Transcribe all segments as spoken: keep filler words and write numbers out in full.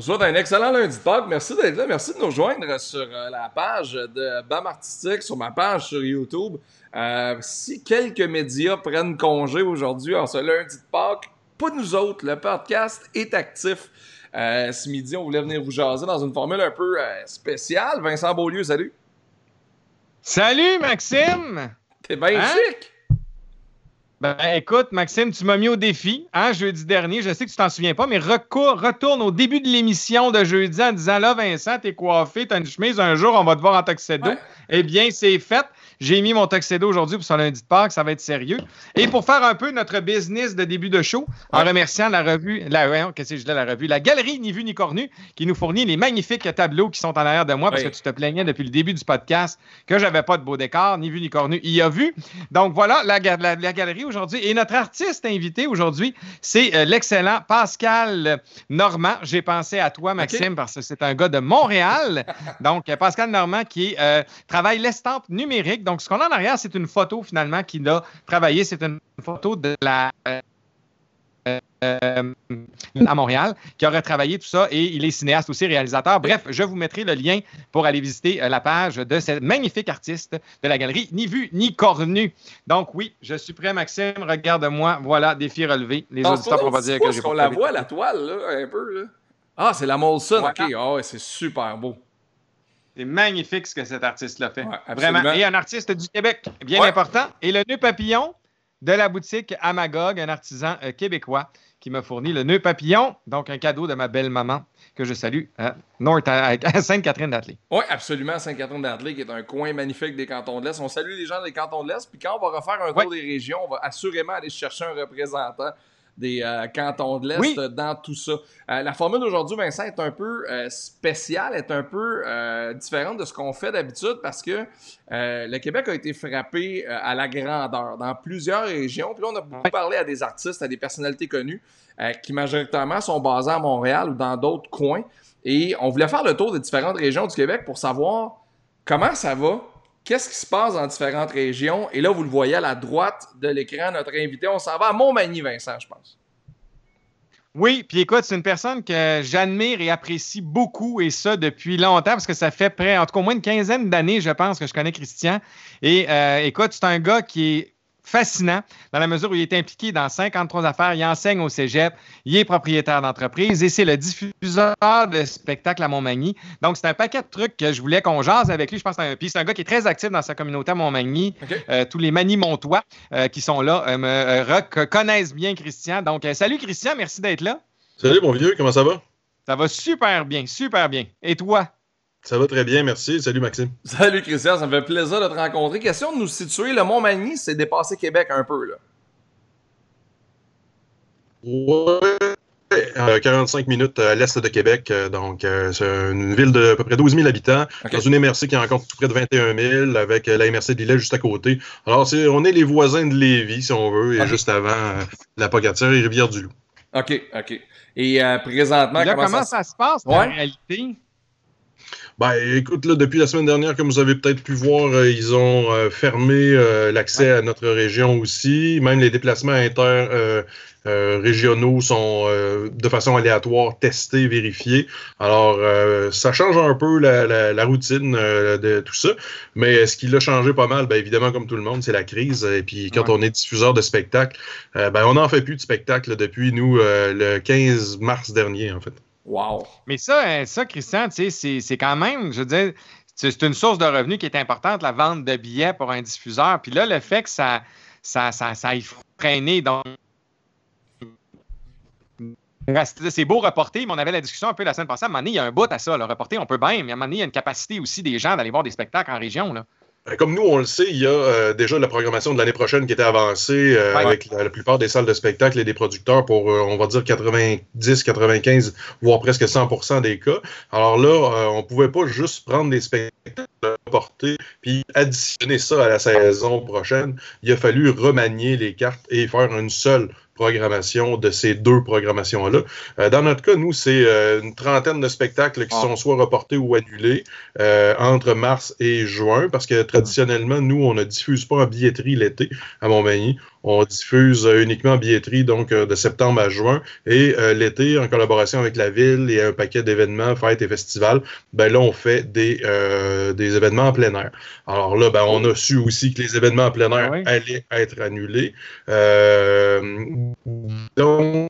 souhaite un excellent lundi de Pâques. Merci d'être là. Merci de nous rejoindre sur euh, la page de B A M Artistique, sur ma page sur YouTube. Euh, si quelques médias prennent congé aujourd'hui en ce lundi de Pâques, pas nous autres. Le podcast est actif. Euh, ce midi, on voulait venir vous jaser dans une formule un peu euh, spéciale. Vincent Beaulieu, salut. Salut, Maxime! T'es bien hein? Chic! Ben, écoute, Maxime, tu m'as mis au défi, hein, jeudi dernier. Je sais que tu t'en souviens pas, mais recours, retourne au début de l'émission de jeudi en disant, là, Vincent, t'es coiffé, t'as une chemise, un jour, on va te voir en tuxedo. Ouais. Eh bien, c'est fait. J'ai mis mon tuxedo aujourd'hui pour son lundi de Pâques, ça va être sérieux. Et pour faire un peu notre business de début de show, en ouais. remerciant la revue, la, ouais, qu'est-ce que je dis, la revue, la galerie Ni Vu Ni Cornu, qui nous fournit les magnifiques tableaux qui sont en arrière de moi, parce ouais. que tu te plaignais depuis le début du podcast que j'avais pas de beau décor, Ni Vu Ni Cornu, il y a vu. Donc voilà, la, la, la galerie aujourd'hui. Et notre artiste invité aujourd'hui, c'est euh, l'excellent Pascal Normand. J'ai pensé à toi, Maxime, okay. parce que c'est un gars de Montréal. Donc, Pascal Normand qui euh, travaille l'estampe numérique. Donc, ce qu'on a en arrière, c'est une photo, finalement, qu'il a travaillé. C'est une photo de la... Euh, euh, à Montréal, qui aurait travaillé tout ça, et il est cinéaste aussi, réalisateur. Bref, je vous mettrai le lien pour aller visiter euh, la page de cette magnifique artiste de la galerie Ni Vu Ni Cornu. Donc oui, je suis prêt, Maxime. Regarde-moi. Voilà, défi relevé. Les auditeurs pourront pas dire que j'ai pas... On la voit, la toile, là, un peu, là. Ah, c'est la Molson. Voilà. OK. Ah ouais, c'est super beau. C'est magnifique ce que cet artiste-là fait. Ouais, vraiment. Et un artiste du Québec, bien ouais. important. Et le nœud papillon de la boutique Amagog, un artisan euh, québécois qui m'a fourni le nœud papillon, donc un cadeau de ma belle-maman que je salue à, North, à Sainte-Catherine-d'Atlée. Oui, absolument, Sainte-Catherine-d'Atlée, qui est un coin magnifique des cantons de l'Est. On salue les gens des cantons de l'Est, puis quand on va refaire un tour ouais. des régions, on va assurément aller chercher un représentant des euh, cantons de l'Est oui. dans tout ça. Euh, la formule d'aujourd'hui, Vincent, est un peu euh, spéciale, est un peu euh, différente de ce qu'on fait d'habitude parce que euh, le Québec a été frappé euh, à la grandeur dans plusieurs régions. Puis là, on a beaucoup parlé à des artistes, à des personnalités connues euh, qui majoritairement sont basées à Montréal ou dans d'autres coins. Et on voulait faire le tour des différentes régions du Québec pour savoir comment ça va. Qu'est-ce qui se passe dans différentes régions? Et là, vous le voyez à la droite de l'écran, notre invité. On s'en va à Montmagny, Vincent, je pense. Oui, puis écoute, c'est une personne que j'admire et apprécie beaucoup, et ça depuis longtemps, parce que ça fait près, en tout cas au moins une quinzaine d'années, je pense, que je connais Christian. Et euh, écoute, c'est un gars qui est fascinant dans la mesure où il est impliqué dans cinquante-trois affaires, il enseigne au cégep, il est propriétaire d'entreprise et c'est le diffuseur de spectacles à Montmagny. Donc, c'est un paquet de trucs que je voulais qu'on jase avec lui. Je pense que c'est un, puis c'est un gars qui est très actif dans sa communauté à Montmagny. Okay. Euh, tous les Magny-Montois euh, qui sont là euh, me euh, connaissent bien Christian. Donc, euh, salut Christian, merci d'être là. Salut mon vieux, comment ça va? Ça va super bien, super bien. Et toi? Ça va très bien, merci. Salut Maxime. Salut Christian, ça me fait plaisir de te rencontrer. Question de nous situer, le Montmagny, c'est dépassé Québec un peu, là. Ouais, euh, quarante-cinq minutes à l'est de Québec, euh, donc euh, c'est une ville de à peu près douze mille habitants, okay. dans une M R C qui en compte tout près de vingt et un mille, avec euh, la M R C de Lillet juste à côté. Alors, c'est, on est les voisins de Lévis, si on veut, et okay. juste avant euh, la Pocatière et Rivière-du-Loup. OK, OK. Et euh, présentement, et là, comment, comment ça... ça se passe, ouais. en réalité? Ben, écoute, là, depuis la semaine dernière, comme vous avez peut-être pu voir, euh, ils ont euh, fermé euh, l'accès ouais. à notre région aussi. Même les déplacements inter euh, euh, régionaux sont euh, de façon aléatoire testés, vérifiés. Alors, euh, ça change un peu la, la, la routine euh, de tout ça. Mais ce qui l'a changé pas mal, ben, évidemment, comme tout le monde, c'est la crise. Et puis, quand ouais. on est diffuseur de spectacles, euh, ben, on n'en fait plus de spectacles depuis, nous, euh, le quinze mars dernier, en fait. Wow! Mais ça, ça Christian, tu sais, c'est, c'est quand même, je veux dire, c'est une source de revenus qui est importante, la vente de billets pour un diffuseur. Puis là, le fait que ça, ça, ça, ça aille freiner, donc, c'est beau reporter, mais on avait la discussion un peu la semaine passée. À un moment donné, il y a un bout à ça, le reporter, on peut bien, mais à un moment donné, il y a une capacité aussi des gens d'aller voir des spectacles en région, là. Comme nous, on le sait, il y a euh, déjà la programmation de l'année prochaine qui était avancée euh, ouais. avec la, la plupart des salles de spectacle et des producteurs pour, euh, on va dire, quatre-vingt-dix, quatre-vingt-quinze, voire presque cent pour cent des cas. Alors là, euh, on pouvait pas juste prendre des spectacles, porter, puis additionner ça à la saison prochaine. Il a fallu remanier les cartes et faire une seule programmation de ces deux programmations-là. Euh, dans notre cas, nous, c'est euh, une trentaine de spectacles qui oh. sont soit reportés ou annulés euh, entre mars et juin, parce que traditionnellement, nous, on ne diffuse pas en billetterie l'été à Montmagny. On diffuse euh, uniquement en billetterie, donc euh, de septembre à juin. Et euh, l'été, en collaboration avec la ville et un paquet d'événements, fêtes et festivals, ben là, on fait des, euh, des événements en plein air. Alors là, ben, on a su aussi que les événements en plein air oui. allaient être annulés. Euh, donc,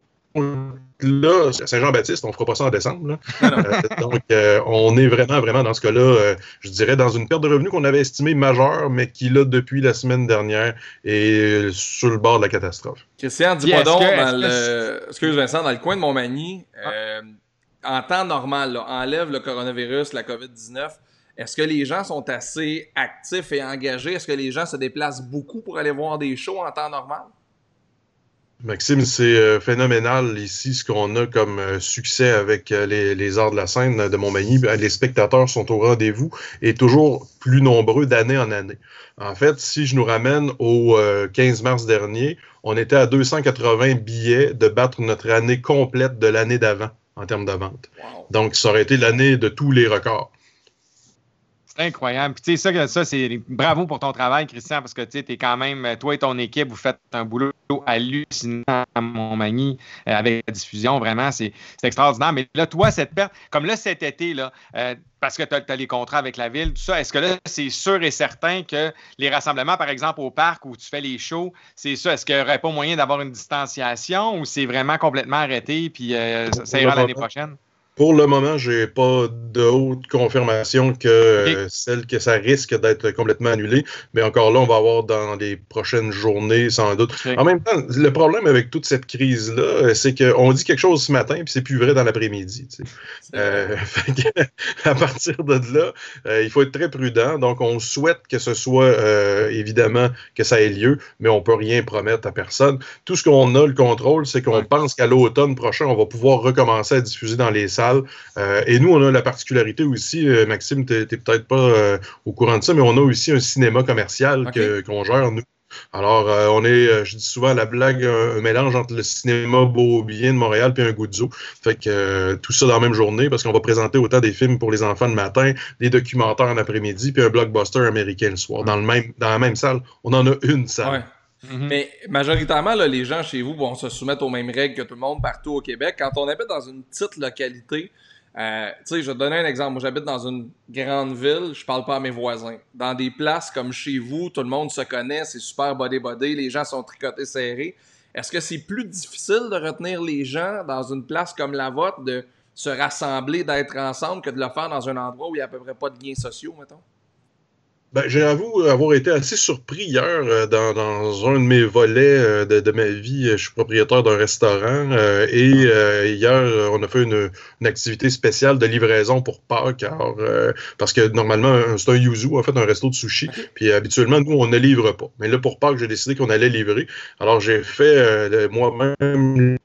là, Saint-Jean-Baptiste, on ne fera pas ça en décembre. Là. euh, donc, euh, on est vraiment, vraiment dans ce cas-là, euh, je dirais, dans une perte de revenus qu'on avait estimée majeure, mais qui, là, depuis la semaine dernière, est sur le bord de la catastrophe. Christian, dis-moi donc, dans le... excuse Vincent, dans le coin de Montmagny, euh, en temps normal, là, enlève le coronavirus, la covid dix-neuf, est-ce que les gens sont assez actifs et engagés? Est-ce que les gens se déplacent beaucoup pour aller voir des shows en temps normal? Maxime, c'est euh, phénoménal ici ce qu'on a comme euh, succès avec euh, les, les arts de la scène de Montmagny. Les spectateurs sont au rendez-vous et toujours plus nombreux d'année en année. En fait, si je nous ramène au euh, quinze mars dernier, on était à deux cent quatre-vingts billets de battre notre année complète de l'année d'avant en termes de vente. Wow. Donc, ça aurait été l'année de tous les records. C'est incroyable. Puis, tu sais, ça, ça c'est bravo pour ton travail, Christian, parce que tu es quand même, toi et ton équipe, vous faites un boulot hallucinant à Montmagny euh, avec la diffusion. Vraiment, c'est extraordinaire. Mais là, toi, cette perte, comme là, cet été, là, euh, parce que tu as, as les contrats avec la ville, tout ça, est-ce que là, c'est sûr et certain que les rassemblements, par exemple, au parc où tu fais les shows, c'est ça, est-ce qu'il n'y aurait pas moyen d'avoir une distanciation ou c'est vraiment complètement arrêté puis euh, ça, ça ira l'année prochaine? Pour le moment, je n'ai pas d'autre confirmation que okay. euh, celle que ça risque d'être complètement annulé. Mais encore là, on va avoir dans les prochaines journées, sans doute. Okay. En même temps, le problème avec toute cette crise-là, c'est qu'on dit quelque chose ce matin, puis c'est plus vrai dans l'après-midi. Tu sais. euh, à partir de là, euh, il faut être très prudent. Donc, on souhaite que ce soit, euh, évidemment, que ça ait lieu, mais on ne peut rien promettre à personne. Tout ce qu'on a le contrôle, c'est qu'on ouais. pense qu'à l'automne prochain, on va pouvoir recommencer à diffuser dans les salles. Euh, et nous, on a la particularité aussi, euh, Maxime, tu n'es peut-être pas euh, au courant de ça, mais on a aussi un cinéma commercial okay. qu'on gère, nous. Alors, euh, on est, euh, je dis souvent à la blague, un, un mélange entre le cinéma Beaubien de Montréal puis un Guzzo. Fait que euh, tout ça dans la même journée, parce qu'on va présenter autant des films pour les enfants le matin, des documentaires en après-midi, puis un blockbuster américain le soir. Dans, le même, dans la même salle, on en a une salle. Ouais. Mm-hmm. Mais majoritairement, là, les gens chez vous vont se soumettre aux mêmes règles que tout le monde partout au Québec. Quand on habite dans une petite localité, euh, tu sais, je vais te donner un exemple. Moi, j'habite dans une grande ville, je parle pas à mes voisins. Dans des places comme chez vous, tout le monde se connaît, c'est super body-body, les gens sont tricotés serrés. Est-ce que c'est plus difficile de retenir les gens dans une place comme la vôtre, de se rassembler, d'être ensemble, que de le faire dans un endroit où il n'y a à peu près pas de liens sociaux, mettons? Ben, j'avoue avoir été assez surpris hier euh, dans, dans un de mes volets euh, de, de ma vie. Je suis propriétaire d'un restaurant euh, et euh, hier, on a fait une, une activité spéciale de livraison pour Pâques. Alors, euh, parce que normalement, c'est un yuzu, en fait, un resto de sushi. Puis habituellement, nous, on ne livre pas. Mais là, pour Pâques, j'ai décidé qu'on allait livrer. Alors, j'ai fait euh, moi-même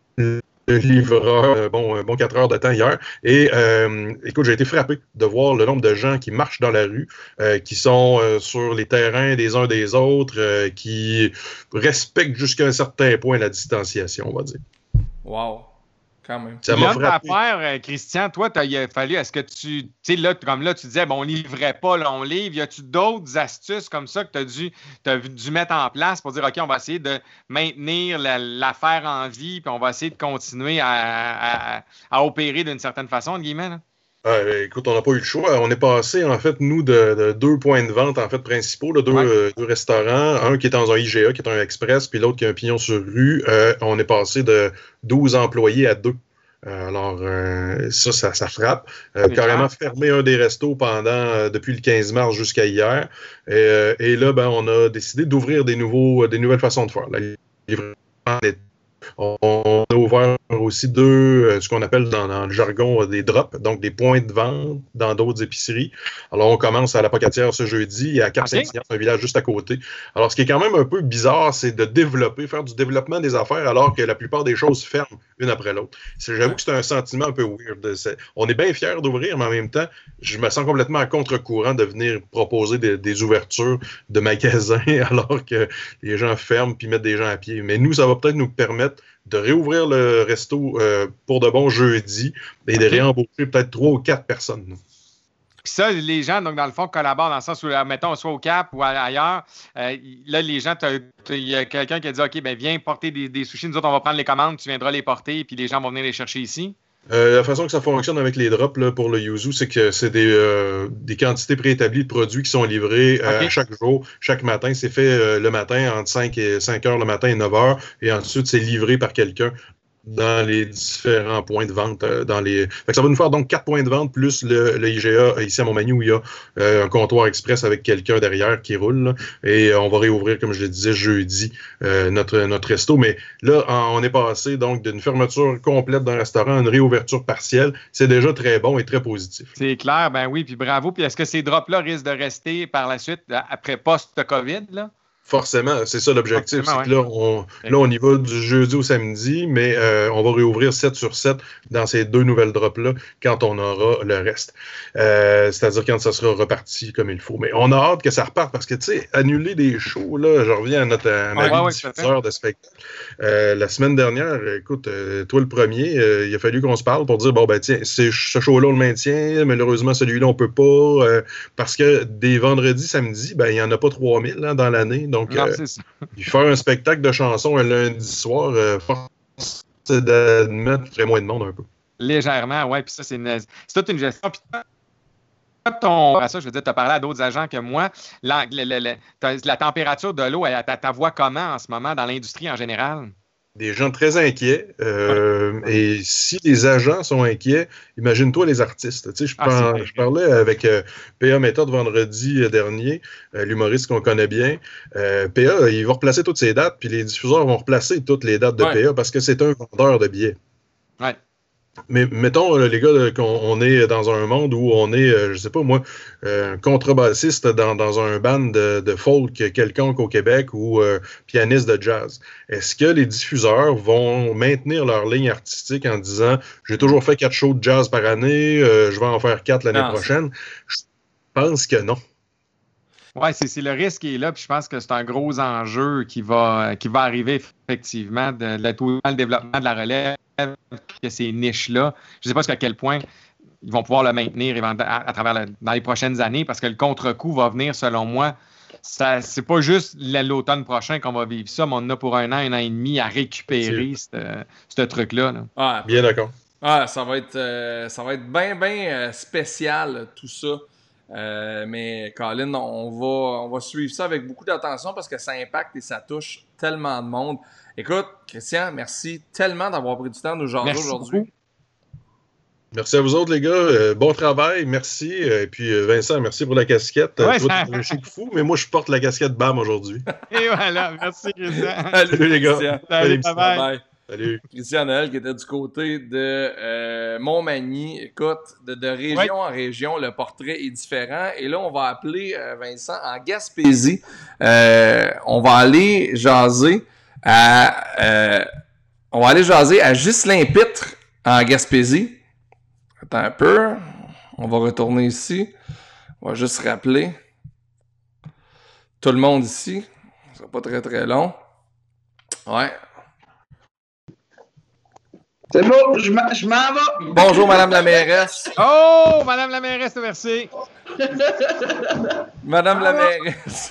le livreur, euh, bon, bon quatre heures de temps hier. Et euh, écoute, j'ai été frappé de voir le nombre de gens qui marchent dans la rue, euh, qui sont euh, sur les terrains des uns des autres, euh, qui respectent jusqu'à un certain point la distanciation, on va dire. Wow! Quand même. Ça m'a frappé. Affaire, euh, Christian, toi, il a fallu, est-ce que tu, tu sais, là, comme là, tu disais, bon, on livrait pas, là, on livre. Y a-tu d'autres astuces comme ça que tu as dû, t'as dû mettre en place pour dire, OK, on va essayer de maintenir l'affaire la, en vie, puis on va essayer de continuer à, à, à opérer d'une certaine façon, entre guillemets, là? Euh, écoute, on n'a pas eu le choix. On est passé, en fait, nous, de, de deux points de vente, en fait, principaux, là, deux, ouais. euh, deux restaurants. Un qui est dans un I G A, qui est un express, puis l'autre qui a un pignon sur rue. Euh, on est passé de douze employés à deux. Euh, alors, euh, ça, ça, ça frappe. Euh, carrément fermé un des restos pendant, euh, depuis le quinze mars jusqu'à hier. Et, euh, et là, ben, on a décidé d'ouvrir des, nouveaux, des nouvelles façons de faire. La livraison est On a ouvert aussi deux, euh, ce qu'on appelle dans, dans le jargon euh, des drops, donc des points de vente dans d'autres épiceries. Alors, on commence à la Pocatière ce jeudi et à Cap-Saint-Ignace, okay. un village juste à côté. Alors, ce qui est quand même un peu bizarre, c'est de développer, faire du développement des affaires alors que la plupart des choses ferment une après l'autre. J'avoue que c'est un sentiment un peu weird. Est, on est bien fiers d'ouvrir, mais en même temps, je me sens complètement à contre-courant de venir proposer des, des ouvertures de magasins alors que les gens ferment puis mettent des gens à pied. Mais nous, ça va peut-être nous permettre de réouvrir le resto euh, pour de bon jeudi et okay. de réembaucher peut-être trois ou quatre personnes. Puis ça, les gens, donc dans le fond, collaborent dans le sens où, mettons, soit au Cap ou ailleurs. Euh, là, les gens, il y a quelqu'un qui a dit, OK, ben viens porter des, des sushis. Nous autres, on va prendre les commandes, tu viendras les porter, puis les gens vont venir les chercher ici. Euh, la façon que ça fonctionne avec les drops là, pour le yuzu, c'est que c'est des, euh, des quantités préétablies de produits qui sont livrés euh, okay. à chaque jour, chaque matin. C'est fait euh, le matin entre cinq heures le matin et neuf heures. Et ensuite, c'est livré par quelqu'un dans les différents points de vente. Euh, dans les... Fait que ça va nous faire donc quatre points de vente plus le, le I G A ici à Montmagny où il y a euh, un comptoir express avec quelqu'un derrière qui roule. Là, et euh, on va réouvrir, comme je le disais, jeudi euh, notre, notre resto. Mais là, en, on est passé donc d'une fermeture complète d'un restaurant à une réouverture partielle. C'est déjà très bon et très positif. C'est clair, ben oui, puis bravo. Puis est-ce que ces drops-là risquent de rester par la suite, après post-COVID, là? Forcément, c'est ça l'objectif. C'est que là, on, là, on y va du jeudi au samedi, mais euh, on va réouvrir sept sur sept dans ces deux nouvelles drops-là quand on aura le reste. Euh, c'est-à-dire quand ça sera reparti comme il faut. Mais on a hâte que ça reparte parce que, tu sais, annuler des shows, là, je reviens à notre à ma ouais, diffuseur ouais, de spectacle. Euh, la semaine dernière, écoute, euh, toi le premier, euh, il a fallu qu'on se parle pour dire, bon, ben tiens, c'est, ce show-là, on le maintient, malheureusement, celui-là, on peut pas, euh, parce que des vendredis, samedis, ben, il n'y en a pas trois mille hein, dans l'année. Donc, non, euh, faire un spectacle de chansons un lundi soir, euh, c'est d'admettre qu'il y a moins de monde un peu. Légèrement, oui. Puis ça, c'est, une, c'est toute une gestion. Puis ton, ça, je veux dire, tu as parlé à d'autres agents que moi. La, la, la, la, la température de l'eau, elle, ta, ta voix comment en ce moment dans l'industrie en général? Des gens très inquiets. Euh, ouais. Et si les agents sont inquiets, imagine-toi les artistes. Tu sais, je, ah, par, je parlais avec euh, P A Méthode vendredi dernier, euh, l'humoriste qu'on connaît bien. Euh, P A, il va replacer toutes ses dates, puis les diffuseurs vont replacer toutes les dates de ouais. P A parce que c'est un vendeur de billets. Ouais. Mais mettons, les gars, qu'on on est dans un monde où on est, euh, je sais pas moi, euh, contrebassiste dans, dans un band de, de folk quelconque au Québec ou euh, pianiste de jazz. Est-ce que les diffuseurs vont maintenir leur ligne artistique en disant « J'ai toujours fait quatre shows de jazz par année, euh, je vais en faire quatre l'année non, prochaine ». Je pense que non. Oui, c'est, c'est le risque qui est là, puis je pense que c'est un gros enjeu qui va, qui va arriver effectivement de, de tout le développement de la relève, que ces niches-là. Je ne sais pas jusqu'à quel point ils vont pouvoir le maintenir à, à travers le, dans les prochaines années, parce que le contre-coup va venir, selon moi. Ça, c'est pas juste l'automne prochain qu'on va vivre ça, mais on en a pour un an, un an et demi à récupérer ce truc-là. Là. Ah, bien d'accord. Ah, ça va être, euh, ça va être bien, bien euh, spécial, tout ça. Euh, mais Colin, on va, on va suivre ça avec beaucoup d'attention parce que ça impacte et ça touche tellement de monde. Écoute, Christian, merci tellement d'avoir pris du temps de nous jaser aujourd'hui. Beaucoup. Merci à vous autres, les gars. Euh, bon travail, merci. Et euh, puis, euh, Vincent, merci pour la casquette. Ouais, toi, ça... tu es un chic fou, mais moi, je porte la casquette B A M aujourd'hui. Et voilà, merci, Christian. Salut, Salut les gars. Salut, Salut bye bye. bye. Salut. Christian Noël qui était du côté de euh, Montmagny. Écoute, de, de région ouais. en région, le portrait est différent. Et là, on va appeler euh, Vincent en Gaspésie. Euh, on va aller jaser à euh, on va aller jaser à Ghislain-Pitre en Gaspésie. Attends un peu. On va retourner ici. On va juste rappeler tout le monde ici. Ça sera pas très très long. Ouais. C'est bon, je m'en, je m'en vais. Bonjour, Madame la mairesse. Oh, Madame la mairesse, merci. Madame la mairesse.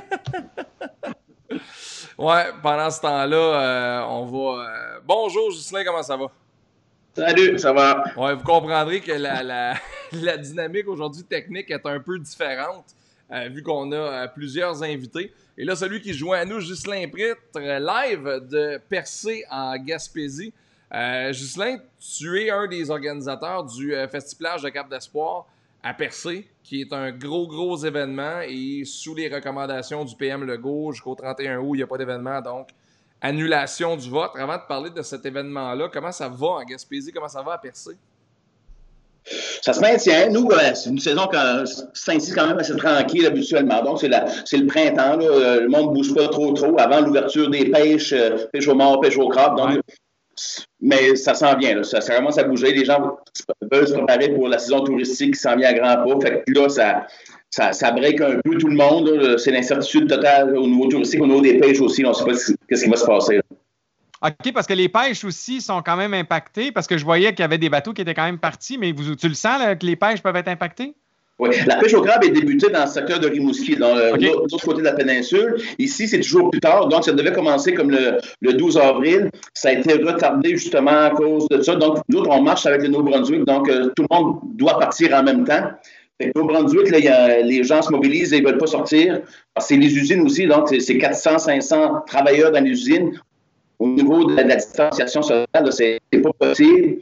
Ouais, pendant ce temps-là, euh, on va... Euh... Bonjour, Ghislain, comment ça va? Salut, ça va? Ouais, vous comprendrez que la, la, la dynamique aujourd'hui technique est un peu différente, euh, vu qu'on a euh, plusieurs invités. Et là, celui qui joint à nous, Ghislain-Pitre, live de Percé en Gaspésie. Euh, Ghislain, tu es un des organisateurs du euh, Festiplage de Cap d'Espoir à Percé, qui est un gros, gros événement et sous les recommandations du P M Legault, jusqu'au trente et un août, il n'y a pas d'événement, donc annulation du vote. Avant de parler de cet événement-là, comment ça va en Gaspésie, comment ça va à Percé? Ça se maintient. Nous, euh, c'est une saison quand c'est quand même assez tranquille habituellement. Donc, c'est, la, c'est le printemps. Là, le monde ne bouge pas trop, trop avant l'ouverture des pêches, euh, pêche au mort, pêche au crabe. Donc, ouais. Mais ça s'en vient, là. Ça, ça commence à bouger. Les gens veulent se préparer pour la saison touristique qui s'en vient à grands pas. Fait que là, ça, ça, ça break un peu tout le monde. Là. C'est l'incertitude totale au niveau touristique, au niveau des pêches aussi. Là. On ne sait pas qu'est-ce qui va se passer. Là. OK, parce que les pêches aussi sont quand même impactées, parce que je voyais qu'il y avait des bateaux qui étaient quand même partis, mais vous, tu le sens là, que les pêches peuvent être impactées? Oui, la pêche au crabe est débutée dans le secteur de Rimouski, dans okay. l'autre côté de la péninsule. Ici, c'est toujours plus tard, donc ça devait commencer comme le, le douze avril. Ça a été retardé justement à cause de ça. Donc, nous autres, on marche avec le Nouveau-Brunswick, donc euh, tout le monde doit partir en même temps. Fait que Nouveau-Brunswick, là, y a, les gens se mobilisent et ils ne veulent pas sortir. C'est les usines aussi, donc c'est quatre cents, cinq cents travailleurs dans les usines. Au niveau de la, de la distanciation sociale, c'est pas possible.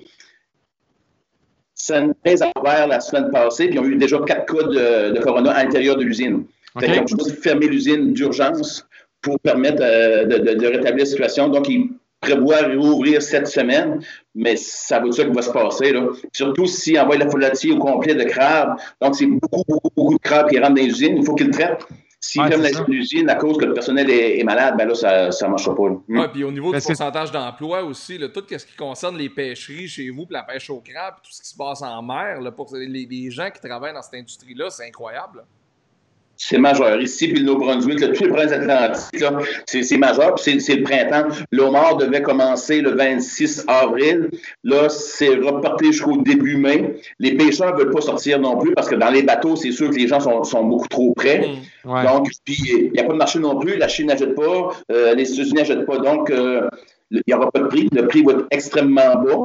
Sainte-Thérèse a ouvert la semaine passée, puis ils ont eu déjà quatre cas de, de corona à l'intérieur de l'usine. Okay. Ils ont juste fermé l'usine d'urgence pour permettre euh, de, de, de rétablir la situation. Donc, ils prévoient réouvrir cette semaine, mais ça veut dire qu'il va se passer. Là. Surtout s'ils envoient la foulatier au complet de crabes. Donc, c'est beaucoup, beaucoup, beaucoup de crabes qui rentrent dans l'usine. Il faut qu'ils le traitent. S'ils ouais, ferment l'usine à cause que le personnel est, est malade, ben là, ça ne marchera pas. Oui, puis au niveau du pourcentage d'emploi aussi, là, tout ce qui concerne les pêcheries chez vous, puis la pêche au crabe, tout ce qui se passe en mer, là, pour les, les gens qui travaillent dans cette industrie-là, c'est incroyable. C'est majeur. Ici, puis le Nouveau-Brunswick, tous les provinces atlantiques, c'est majeur. Puis c'est le printemps. L'Omar devait commencer le vingt-six avril. Là, c'est reporté jusqu'au début mai. Les pêcheurs ne veulent pas sortir non plus parce que dans les bateaux, c'est sûr que les gens sont, sont beaucoup trop près. Mmh. Ouais. Donc, puis il n'y a pas de marché non plus. La Chine n'achète pas. Euh, les États-Unis n'achètent pas. Donc, euh, il n'y aura pas de prix. Le prix va être extrêmement bas.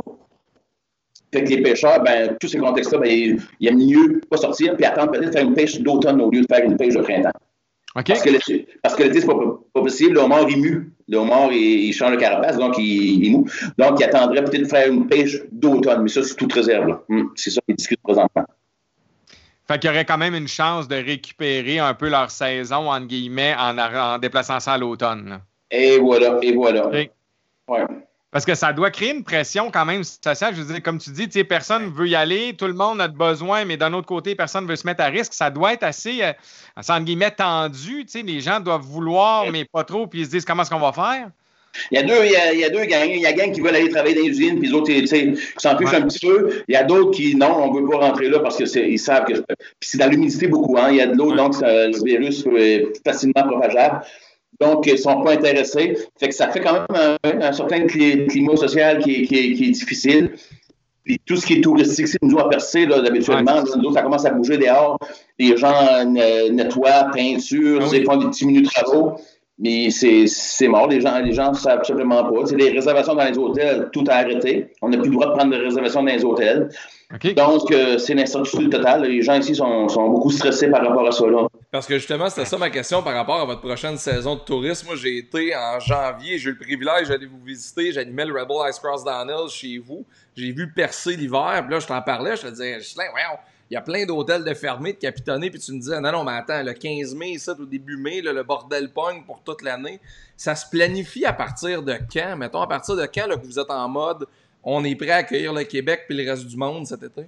Fait que les pêcheurs, ben, tous ces contextes-là, ben, il y a mieux pas sortir puis attendre peut-être faire une pêche d'automne au lieu de faire une pêche de printemps. Okay. Parce que l'été, parce que l'été, c'est pas, pas possible. Le homard, il mue. Le homard, il, il change de carapace, donc il, il mou. Donc, il attendrait peut-être faire une pêche d'automne. Mais ça, c'est toute réserve. Là. Hum, c'est ça qu'ils discutent présentement. Fait qu'il y aurait quand même une chance de récupérer un peu leur saison, entre guillemets, en, en déplaçant ça à l'automne. Et voilà, et voilà. Okay. Ouais. Parce que ça doit créer une pression quand même sociale. Je veux dire, comme tu dis, personne ne veut y aller, tout le monde a besoin, mais d'un autre côté, personne ne veut se mettre à risque. Ça doit être assez, euh, entre guillemets, tendu. Les gens doivent vouloir, mais pas trop, puis ils se disent comment est-ce qu'on va faire. Il y a deux, il y a, il y a deux gangs. Il y a gang qui veulent aller travailler dans les usines, puis les autres, tu sais, s'en fichent ouais. un petit peu. Il y a d'autres qui, non, on ne veut pas rentrer là parce qu'ils savent que. Puis c'est dans l'humidité beaucoup, hein. Il y a de l'eau, ouais. donc ça, le virus est facilement propageable. Donc, ils ne sont pas intéressés. Fait que ça fait quand même un, un certain climat social qui est, qui est, qui est difficile. Puis tout ce qui est touristique, c'est nous à percer, là, habituellement. Ouais. Nous, ça commence à bouger dehors. Les gens euh, nettoient, peinture, ah oui. Ils font des petits minutes travaux. Mais c'est mort. Les gens les gens ne savent simplement pas. T'sais, les réservations dans les hôtels, tout a arrêté. On n'a plus le droit de prendre des réservations dans les hôtels. Okay. Donc, euh, c'est l'incertitude totale. Les gens ici sont, sont beaucoup stressés par rapport à ça. Là. Parce que justement, c'était ça ma question par rapport à votre prochaine saison de tourisme. Moi, j'ai été en janvier. J'ai eu le privilège d'aller vous visiter. J'animais le Rebel Ice Cross Downhill chez vous. J'ai vu percer l'hiver. Puis là, je t'en parlais. Je te disais, Ghislain, voyons. Il y a plein d'hôtels de fermés, de capitonnés, puis tu me disais, non, non, mais attends, le quinze mai, ça, au début mai, là, le bordel pogne pour toute l'année. Ça se planifie à partir de quand? Mettons, à partir de quand là, que vous êtes en mode, on est prêt à accueillir le Québec puis le reste du monde cet été?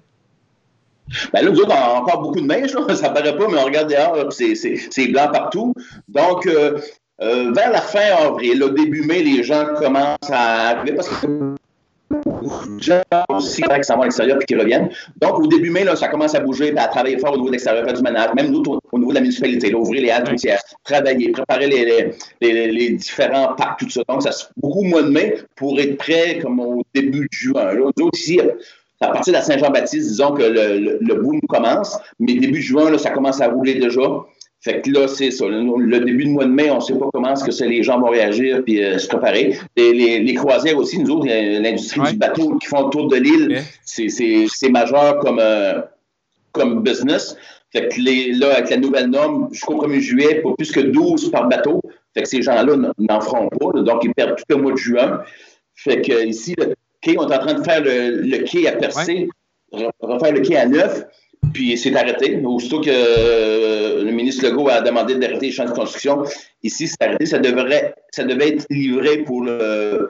Ben là, nous autres, on a encore beaucoup de neige, là. Ça paraît pas, mais on regarde dehors, c'est blanc partout. Donc, euh, euh, vers la fin avril, au début mai, les gens commencent à arriver parce que gens aussi qui s'en vont à l'extérieur puis qui reviennent. Donc, au début mai, là, ça commence à bouger et à travailler fort au niveau de l'extérieur, faire du ménage, même nous, au, au niveau de la municipalité, là, ouvrir les halles routières, travailler, préparer les, les, les, les différents parcs, tout ça. Donc, ça se beaucoup au mois de mai pour être prêt comme au début de juin. Là, nous autres, ici, à partir de la Saint-Jean-Baptiste, disons que le, le, le boom commence, mais début juin, là, ça commence à rouler déjà. Fait que là, c'est ça. Le, le début du mois de mai, on ne sait pas comment est-ce que les gens vont réagir puis euh, se préparer. Et les, les croisières aussi, nous autres, l'industrie ouais. du bateau qui font le tour de l'île, yeah. c'est majeur comme, euh, comme business. Fait que les, là, avec la nouvelle norme, jusqu'au premier juillet, pas plus que douze par bateau. Fait que ces gens-là n'en feront pas. Là, donc, ils perdent tout le mois de juin. Fait que ici, le quai, on est en train de faire le, le quai à percer, ouais. refaire le quai à neuf. Puis c'est arrêté. Aussitôt que euh, le ministre Legault a demandé d'arrêter les champs de construction, ici, c'est arrêté. Ça, devrait, ça devait être livré pour le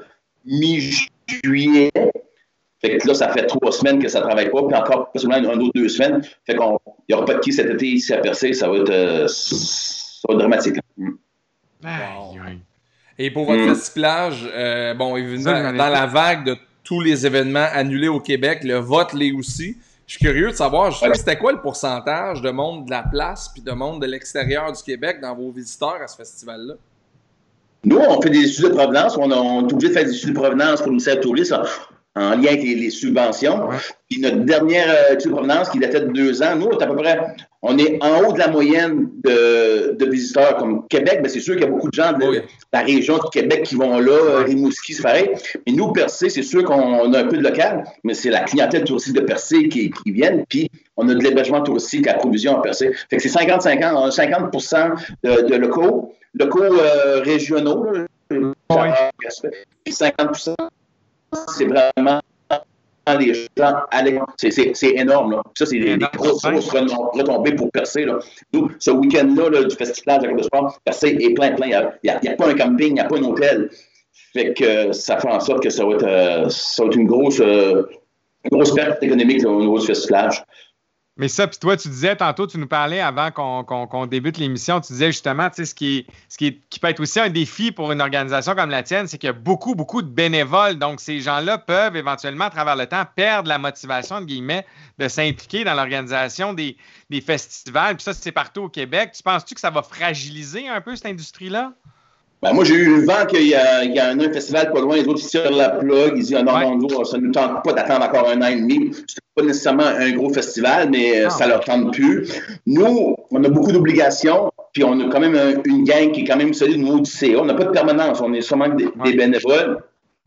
mi-juillet. Fait que là, ça fait trois semaines que ça ne travaille pas, puis encore possiblement un autre deux semaines. Fait qu'il n'y aura pas de quai cet été ici à percer. Ça va être, euh, ça va être dramatique. Mm. Wow. Et pour votre mm. festiplage, euh, bon, évidemment, dans la vague de tous les événements annulés au Québec, le vote l'est aussi. Je suis curieux de savoir, je sais, c'était quoi le pourcentage de monde de la place puis de monde de l'extérieur du Québec dans vos visiteurs à ce festival-là? Nous, on fait des études de provenance. On, a, on est obligé de faire des études de provenance pour le ministère du Tourisme. en lien avec les, les subventions. Ouais. Puis notre dernière euh, étude de provenance, qui datait de deux ans, nous, on est à peu près, on est en haut de la moyenne de, de visiteurs. Comme Québec, bien, c'est sûr qu'il y a beaucoup de gens de, oui. de la région de Québec qui vont là, ouais. Rimouski, c'est pareil. Mais nous, Percé, c'est sûr qu'on a un peu de local, mais c'est la clientèle touristique de Percé qui, qui viennent, puis on a de l'hébergement touristique à provision à Percé. Fait que c'est cinquante cinquante, on a cinquante pour cent de, de locaux, locaux euh, régionaux, là, oui. cinquante pour cent, c'est vraiment les gens à l'école. C'est, c'est, c'est énorme, là. Ça, c'est des, des grosses, grosses retombées pour Percé, là. Nous, ce week-end-là, là, du festival de sport, Percé est plein, plein. Il n'y a, a, a pas un camping, il n'y a pas un hôtel. Fait que euh, ça fait en sorte que ça va être, euh, ça va être une grosse, euh, une grosse perte économique là, au niveau du festival. Mais ça, puis toi, tu disais tantôt, tu nous parlais avant qu'on, qu'on, qu'on débute l'émission, tu disais justement, tu sais, ce, qui, est, ce qui, est, qui peut être aussi un défi pour une organisation comme la tienne, c'est qu'il y a beaucoup, beaucoup de bénévoles. Donc, ces gens-là peuvent éventuellement, à travers le temps, perdre la motivation, entre guillemets, de s'impliquer dans l'organisation des, des festivals. Puis ça, c'est partout au Québec. Tu penses-tu que ça va fragiliser un peu cette industrie-là? Ben, moi, j'ai eu le vent qu'il y a, il y a un, un festival pas loin, les autres, ils tirent la plug, ils disent ah, non, ouais. non, non, ça ne nous tente pas d'attendre encore un an et demi. C'est pas nécessairement un gros festival, mais ah. ça leur tente plus. Nous, on a beaucoup d'obligations, puis on a quand même un, une gang qui est quand même solide au niveau du C A. On n'a pas de permanence, on est seulement des, ouais. des bénévoles.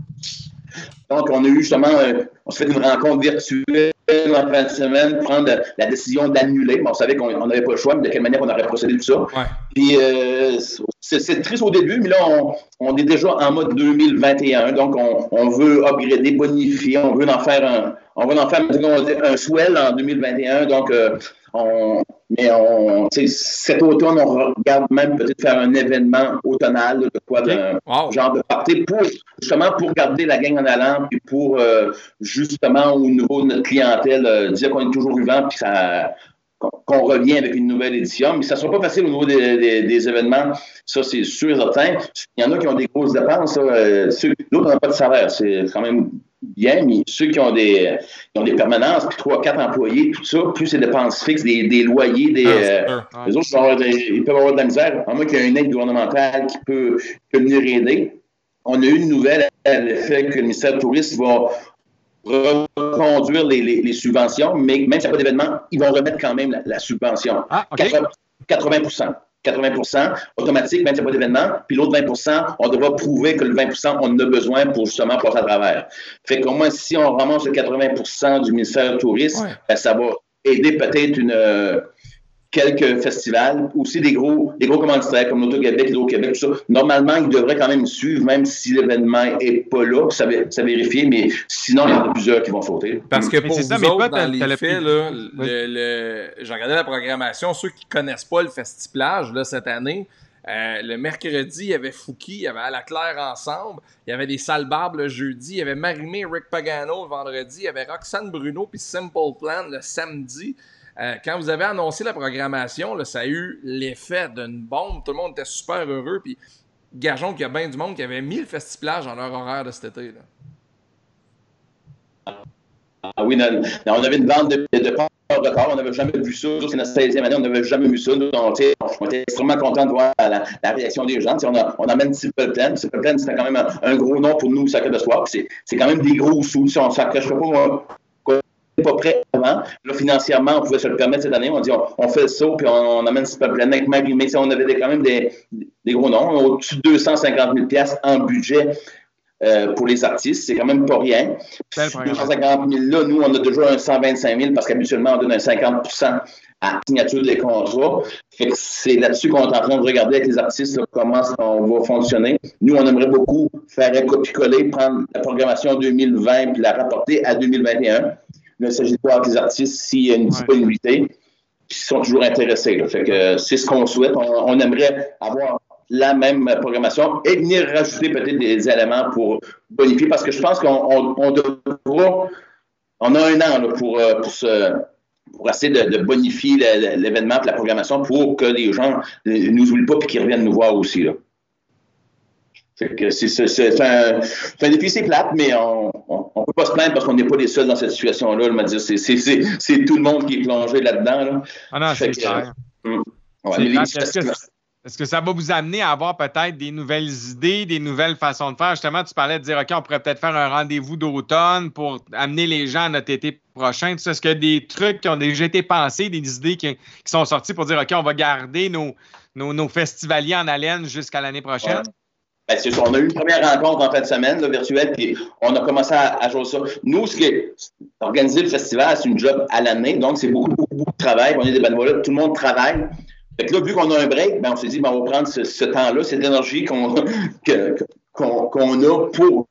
Donc, on a eu justement, euh, on s'est fait une rencontre virtuelle en fin de semaine, prendre la décision d'annuler. Bon, on savait qu'on n'avait pas le choix, mais de quelle manière on aurait procédé tout ça. Ouais. Puis, euh, c'est, c'est triste au début, mais là, on, on est déjà en mode deux mille vingt et un. Donc, on, on veut upgrader, bonifier, on veut en faire un, on veut en faire un swell en deux mille vingt et un. Donc, euh, on, mais on, cet automne, on regarde même peut-être faire un événement automnal, de quoi, okay. d'un wow. genre de party, pour, justement pour garder la gang en allant, puis pour euh, justement au niveau de notre clientèle, euh, dire qu'on est toujours vivant, puis ça, qu'on, qu'on revient avec une nouvelle édition. Mais ça ne sera pas facile au niveau des, des, des événements, ça c'est sûr et certain. Il y en a qui ont des grosses dépenses, là, euh, ceux, d'autres n'ont pas de salaire, c'est quand même bien, mais ceux qui ont des, qui ont des permanences, puis trois, quatre employés, tout ça, plus ces dépenses fixes, des, des loyers, des, ah, euh, les autres, ils peuvent, avoir des, ils peuvent avoir de la misère, à moins qu'il y ait une aide gouvernementale qui peut, peut venir aider. On a eu une nouvelle à l'effet que le ministère du Tourisme va reconduire les, les, les subventions, mais même s'il n'y a pas d'événement, ils vont remettre quand même la, la subvention. Ah, okay. quatre-vingts pour cent. quatre-vingts pour cent automatique, même s'il n'y a pas d'événement. Puis l'autre vingt pour cent, on devra prouver que le vingt pour cent, on en a besoin pour justement passer à travers. Fait qu'au moins, si on ramasse le quatre-vingts pour cent du ministère du Tourisme, ouais. ben, ça va aider peut-être une, euh, quelques festivals, aussi des gros, des gros commanditaires comme l'Auto-Québec, l'Auto-Québec, tout ça. Normalement, ils devraient quand même suivre, même si l'événement n'est pas là, ça, ça vérifier, mais sinon, il y en a plusieurs qui vont sauter. Parce que pour vous ça, autres, toi, dans les faits, là, le, le, j'ai regardé la programmation, ceux qui ne connaissent pas le Festiplage, là, cette année, euh, le mercredi, il y avait Fouki, il y avait À la Claire ensemble, il y avait des Salles Barbes le jeudi, il y avait Marimé, Rick Pagano le vendredi, il y avait Roxane Bruno puis Simple Plan le samedi. Euh, quand vous avez annoncé la programmation, là, ça a eu l'effet d'une bombe. Tout le monde était super heureux. Puis, gageons qu'il y a bien du monde qui avait mis le Festiplage dans leur horaire de cet été. Là. Ah oui, non, non, on avait une vente de, de part record. On n'avait jamais vu ça. C'est notre seizième année, on n'avait jamais vu ça. Nous, on, on était extrêmement contents de voir la, la réaction des gens. On, a, on amène Simple Plan. Simple Plan, c'était quand même un, un gros nom pour nous, Sacré de Soir. C'est, c'est quand même des gros sous. Si on ne s'accroche pas, moi. Pas prêt avant. Là, financièrement, on pouvait se le permettre cette année. On dit, on, on fait le saut, puis on, on amène Simple Plan avec Marie. Mais on avait des, quand même des, des gros noms. Au-dessus de deux cent cinquante mille dollars en budget euh, pour les artistes. C'est quand même pas rien. deux cent cinquante mille là, nous, on a déjà un cent vingt-cinq mille parce qu'habituellement, on donne un cinquante pour cent à la signature des contrats. Fait que c'est là-dessus qu'on est en train de regarder avec les artistes là, comment on va fonctionner. Nous, on aimerait beaucoup faire un copier-coller, prendre la programmation deux mille vingt puis la rapporter à deux mille vingt et un. Il ne s'agit pas avec les artistes s'il y a une disponibilité, qui sont toujours intéressés. Là. Fait que c'est ce qu'on souhaite. On, on aimerait avoir la même programmation et venir rajouter peut-être des éléments pour bonifier, parce que je pense qu'on on, on devra, on a un an là, pour, pour, se, pour essayer de, de bonifier l'événement et la programmation pour que les gens ne nous oublient pas et qu'ils reviennent nous voir aussi. Là. Fait que c'est, c'est, c'est, un, c'est un défi, c'est plate, mais on ne peut pas se plaindre parce qu'on n'est pas les seuls dans cette situation-là. Je veux dire, c'est, c'est, c'est, c'est tout le monde qui est plongé là-dedans. Là. Ah non, fait c'est que, clair. Euh, ouais, c'est clair. Est-ce, que, Est-ce que ça va vous amener à avoir peut-être des nouvelles idées, des nouvelles façons de faire? Justement, tu parlais de dire, OK, on pourrait peut-être faire un rendez-vous d'automne pour amener les gens à notre été prochain. Est-ce qu'il y a des trucs qui ont déjà été pensés, des idées qui, qui sont sorties pour dire, OK, on va garder nos, nos, nos festivaliers en haleine jusqu'à l'année prochaine? Ouais. Ben, c'est ça. On a eu une première rencontre en fin de semaine, là, virtuelle, puis on a commencé à, à jouer ça. Nous, ce qui est, organiser le festival, c'est une job à l'année, donc c'est beaucoup, beaucoup, beaucoup de travail. On est des bénévoles, tout le monde travaille. Fait que là, vu qu'on a un break, ben, on s'est dit, ben, on va prendre ce, ce temps-là, cette énergie qu'on que, qu'on, qu'on a pour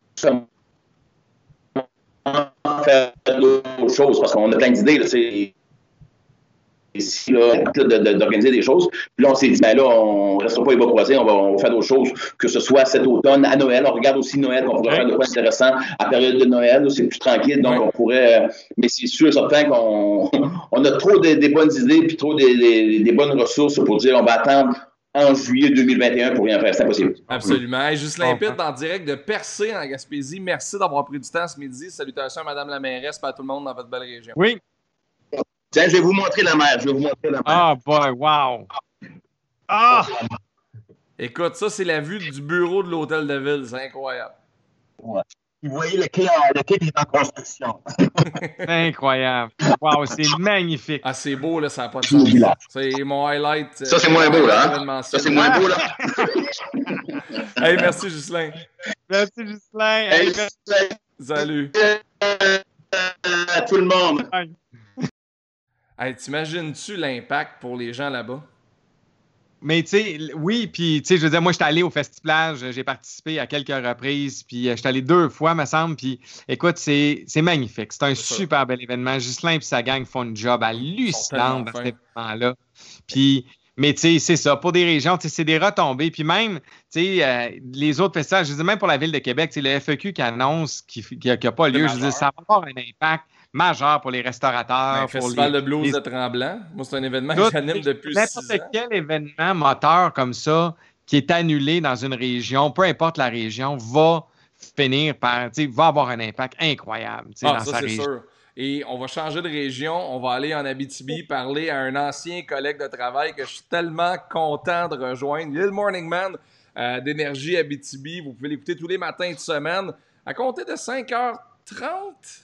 faire d'autres choses, parce qu'on a plein d'idées, là, c'est ici, là, d'organiser des choses. Puis là, on s'est dit, ben là, on ne restera pas les bras croisés, on va, on va faire d'autres choses, que ce soit cet automne, à Noël. On regarde aussi Noël, qu'on pourrait faire de quoi intéressant à la période de Noël, là, c'est plus tranquille, donc on pourrait... Mais c'est sûr et certain qu'on on a trop de, des bonnes idées puis trop des, des, des bonnes ressources pour dire on va attendre en juillet deux mille vingt et un pour rien faire. C'est impossible. Absolument. Hey, Ghislain Pitt, en direct de Percé, en Gaspésie. Merci d'avoir pris du temps ce midi. Salutations à Mme la mairesse et à tout le monde dans votre belle région. Oui. Tiens, je vais vous montrer la mer. Je vais vous montrer la mer. Ah, oh boy, wow! Ah! Écoute, ça, c'est la vue du bureau de l'hôtel de ville. C'est incroyable. Ouais. Vous voyez, le quai, le quai est en construction. C'est incroyable. Wow, c'est magnifique. Ah, c'est beau, là, ça n'a pas de sens. C'est mon highlight. Ça, c'est moins beau, là. Hein? Ça, c'est moins beau, là. Hey, merci, Ghislain. Merci, Ghislain. Hey, hey, merci. Salut. À tout le monde. Hey, t'imagines-tu l'impact pour les gens là-bas? Mais tu sais, oui, puis tu sais, je veux dire, moi, je suis allé au Festiplage, j'ai participé à quelques reprises, puis euh, je suis allé deux fois, me semble, puis écoute, c'est magnifique. C'est un c'est super sûr. Bel événement. Ghislain et sa gang font une job hallucinante dans cet événement-là. Puis, mais tu sais, c'est ça, pour des régions, tu sais, c'est des retombées. Puis même, tu sais, euh, les autres festivals, je veux dire, même pour la Ville de Québec, c'est le F E Q qui annonce qu'il n'y a, a pas lieu, je veux dire, ça va avoir un impact majeur pour les restaurateurs. Ben, pour Festival les, de blues les... de Tremblant. Moi, c'est un événement que j'anime depuis six ans. N'importe quel événement moteur comme ça qui est annulé dans une région, peu importe la région, va finir par, tu sais, va avoir un impact incroyable ah, dans ça, sa c'est région. Sûr. Et on va changer de région. On va aller en Abitibi parler à un ancien collègue de travail que je suis tellement content de rejoindre. Lil Morning Man euh, d'Énergie Abitibi. Vous pouvez l'écouter tous les matins de semaine à compter de cinq heures trente.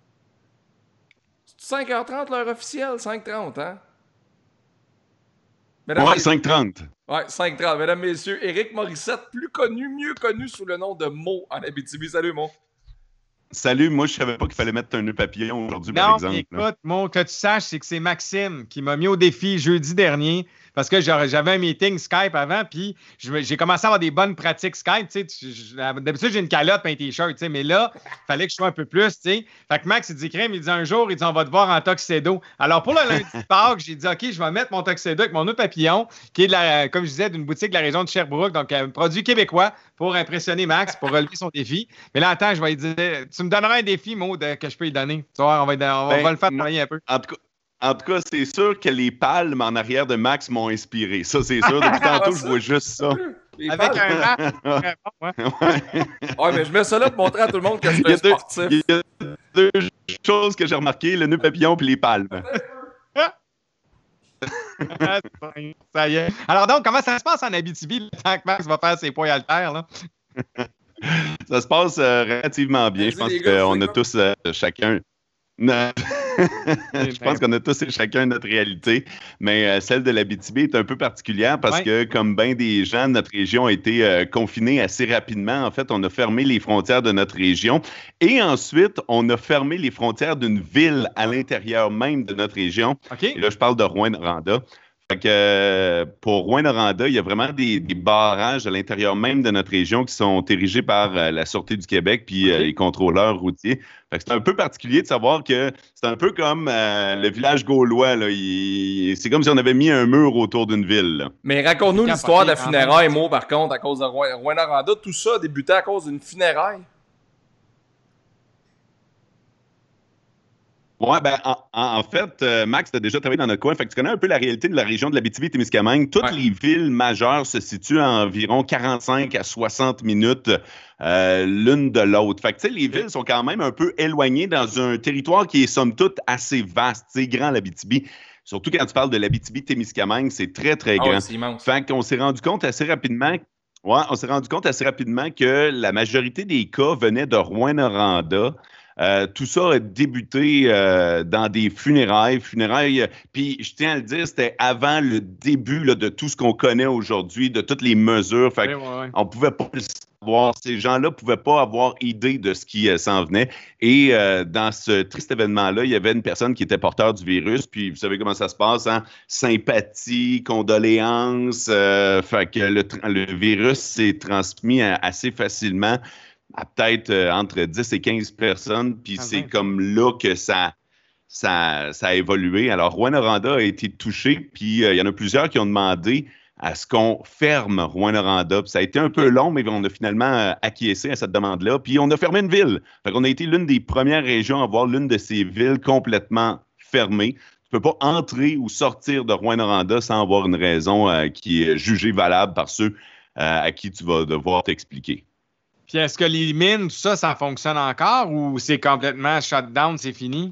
cinq heures trente, l'heure officielle, cinq heures trente, hein? Mesdames, ouais, cinq heures trente. Ouais, cinq heures trente. Mesdames, messieurs, Éric Morissette, plus connu, mieux connu sous le nom de Mo en Abitibi. Salut, Mo. Salut, moi, je savais pas qu'il fallait mettre un nœud papillon aujourd'hui, par exemple. Non, écoute, Mo, que tu saches, c'est que c'est Maxime qui m'a mis au défi jeudi dernier parce que j'avais un meeting Skype avant, puis j'ai commencé à avoir des bonnes pratiques Skype. D'habitude, j'ai une calotte et un T-shirt, mais là, il fallait que je sois un peu plus. T'sais. Fait que Max, il dit, crème, il dit un jour, il dit, on va te voir en tuxedo. Alors, pour le lundi de Pâques, j'ai dit, OK, je vais mettre mon tuxedo avec mon nœud papillon, qui est, de la, comme je disais, d'une boutique de la région de Sherbrooke, donc un produit québécois pour impressionner Max, pour relever son défi. Mais là, attends, je vais lui dire, tu me donneras un défi, Maud, que je peux lui donner. Tu vois, on va, on va, ben, va le faire travailler un peu. En tout cas, En tout cas, c'est sûr que les palmes en arrière de Max m'ont inspiré. Ça, c'est sûr. Depuis tantôt, je vois juste ça. Les Avec palmes. un masque. Ouais. Ouais, mais je mets ça là pour montrer à tout le monde que je suis un sportif. Il y a deux choses que j'ai remarquées, le nœud papillon et les palmes. Ça y est. Alors donc, comment ça se passe en Abitibi, le temps que Max va faire ses poids haltères, là? Ça se passe euh, relativement bien. Je pense qu'on a tous euh, chacun... Non. Je pense qu'on a tous et chacun notre réalité, mais euh, celle de l'Abitibi est un peu particulière parce ouais. que, comme bien des gens, notre région a été euh, confinée assez rapidement. En fait, on a fermé les frontières de notre région et ensuite, on a fermé les frontières d'une ville à l'intérieur même de notre région. Okay. Et là, je parle de Rouyn-Noranda. Fait que euh, pour Rouyn-Noranda, il y a vraiment des, des barrages à l'intérieur même de notre région qui sont érigés par euh, la Sûreté du Québec puis euh, les contrôleurs routiers. Fait que c'est un peu particulier de savoir que c'est un peu comme euh, le village gaulois. Là. Il, c'est comme si on avait mis un mur autour d'une ville. Là. Mais raconte-nous l'histoire de la funéraille, Mo, par contre, à cause de Rouyn-Noranda. Tout ça a débuté à cause d'une funéraille? Oui, ben en, en fait, euh, Max, tu as déjà travaillé dans notre coin, fait que tu connais un peu la réalité de la région de l'Abitibi-Témiscamingue. Toutes ouais. les villes majeures se situent à environ quarante-cinq à soixante minutes euh, l'une de l'autre. Fait que tu sais, les villes sont quand même un peu éloignées dans un territoire qui est somme toute assez vaste, c'est grand l'Abitibi. surtout quand tu parles de l'Abitibi-Témiscamingue, c'est très, très grand. Oh, c'est immense. Fait qu'on s'est rendu compte assez rapidement, ouais, on s'est rendu compte assez rapidement que la majorité des cas venaient de Rouyn-Noranda. Euh, tout ça a débuté euh, dans des funérailles. Funérailles, euh, puis je tiens à le dire, c'était avant le début là, de tout ce qu'on connaît aujourd'hui, de toutes les mesures. Fait ouais, ouais, ouais. on ne pouvait pas le savoir. Ces gens-là ne pouvaient pas avoir idée de ce qui euh, s'en venait. Et euh, dans ce triste événement-là, il y avait une personne qui était porteur du virus. Puis vous savez comment ça se passe, hein? Sympathie, condoléances. Euh, fait que le, le virus s'est transmis à, assez facilement à peut-être euh, entre dix et quinze personnes, puis ah, c'est ben. comme là que ça, ça, ça a évolué. Alors, Rouyn-Noranda a été touché, puis euh, il y en a plusieurs qui ont demandé à ce qu'on ferme Rouyn-Noranda. Puis ça a été un peu long, mais on a finalement euh, acquiescé à cette demande-là. Puis on a fermé une ville. Fait qu'on a été l'une des premières régions à avoir l'une de ces villes complètement fermée. Tu ne peux pas entrer ou sortir de Rouyn-Noranda sans avoir une raison euh, qui est jugée valable par ceux euh, à qui tu vas devoir t'expliquer. Puis est-ce que les mines, tout ça, ça fonctionne encore ou c'est complètement shut down, c'est fini?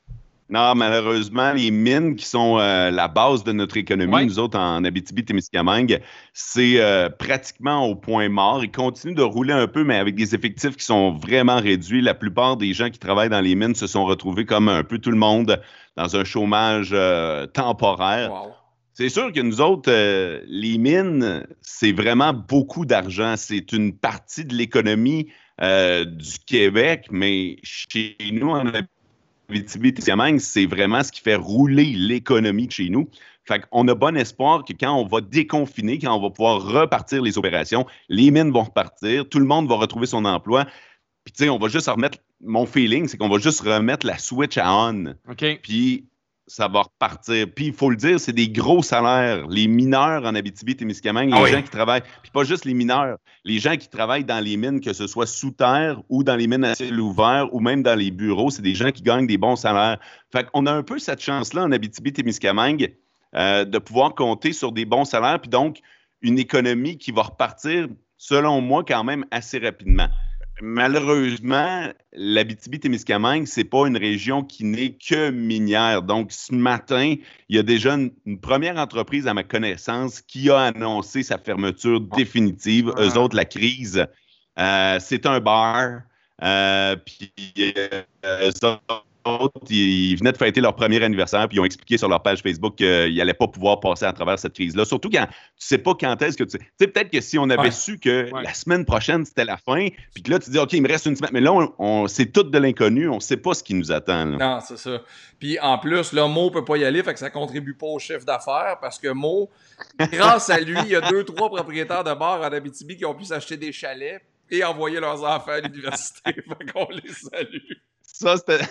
Non, malheureusement, les mines qui sont euh, la base de notre économie, ouais. nous autres en Abitibi-Témiscamingue, c'est euh, pratiquement au point mort. Ils continuent de rouler un peu, mais avec des effectifs qui sont vraiment réduits. La plupart des gens qui travaillent dans les mines se sont retrouvés comme un peu tout le monde dans un chômage euh, temporaire. Wow. C'est sûr que nous autres, euh, les mines, c'est vraiment beaucoup d'argent. C'est une partie de l'économie euh, du Québec, mais chez nous, en Abitibi-Témiscamingue, c'est vraiment ce qui fait rouler l'économie de chez nous. Fait qu'on a bon espoir que quand on va déconfiner, quand on va pouvoir repartir les opérations, les mines vont repartir, tout le monde va retrouver son emploi. Puis, tu sais, on va juste remettre... Mon feeling, c'est qu'on va juste remettre la switch à on. OK. Puis... ça va repartir. Puis, il faut le dire, c'est des gros salaires. Les mineurs en Abitibi-Témiscamingue, les ah oui. gens qui travaillent, puis pas juste les mineurs, les gens qui travaillent dans les mines, que ce soit sous terre ou dans les mines à ciel ouvert ou même dans les bureaux, c'est des gens qui gagnent des bons salaires. Fait qu'on a un peu cette chance-là en Abitibi-Témiscamingue euh, de pouvoir compter sur des bons salaires, puis donc une économie qui va repartir, selon moi, quand même assez rapidement. Malheureusement, l'Abitibi-Témiscamingue, c'est pas une région qui n'est que minière. Donc, ce matin, il y a déjà une, une première entreprise, à ma connaissance, qui a annoncé sa fermeture définitive. Ah. Eux autres, la crise, euh, c'est un bar. Euh, puis, euh, eux autres, ils venaient de fêter leur premier anniversaire, puis ils ont expliqué sur leur page Facebook qu'ils n'allaient pas pouvoir passer à travers cette crise-là. Surtout quand tu ne sais pas quand est-ce que tu sais. Tu sais, peut-être que si on avait ouais. su que ouais. la semaine prochaine, c'était la fin, puis que là, tu dis, OK, il me reste une semaine. Mais là, on, on, c'est tout de l'inconnu. On ne sait pas ce qui nous attend. Là. Non, c'est ça. Puis en plus, là, Mo ne peut pas y aller, fait que ça ne contribue pas au chiffre d'affaires, parce que Mo, grâce à lui, il y a deux, trois propriétaires de bars en Abitibi qui ont pu s'acheter des chalets et envoyer leurs enfants à l'université. Fait qu'on les salue. Ça, c'était,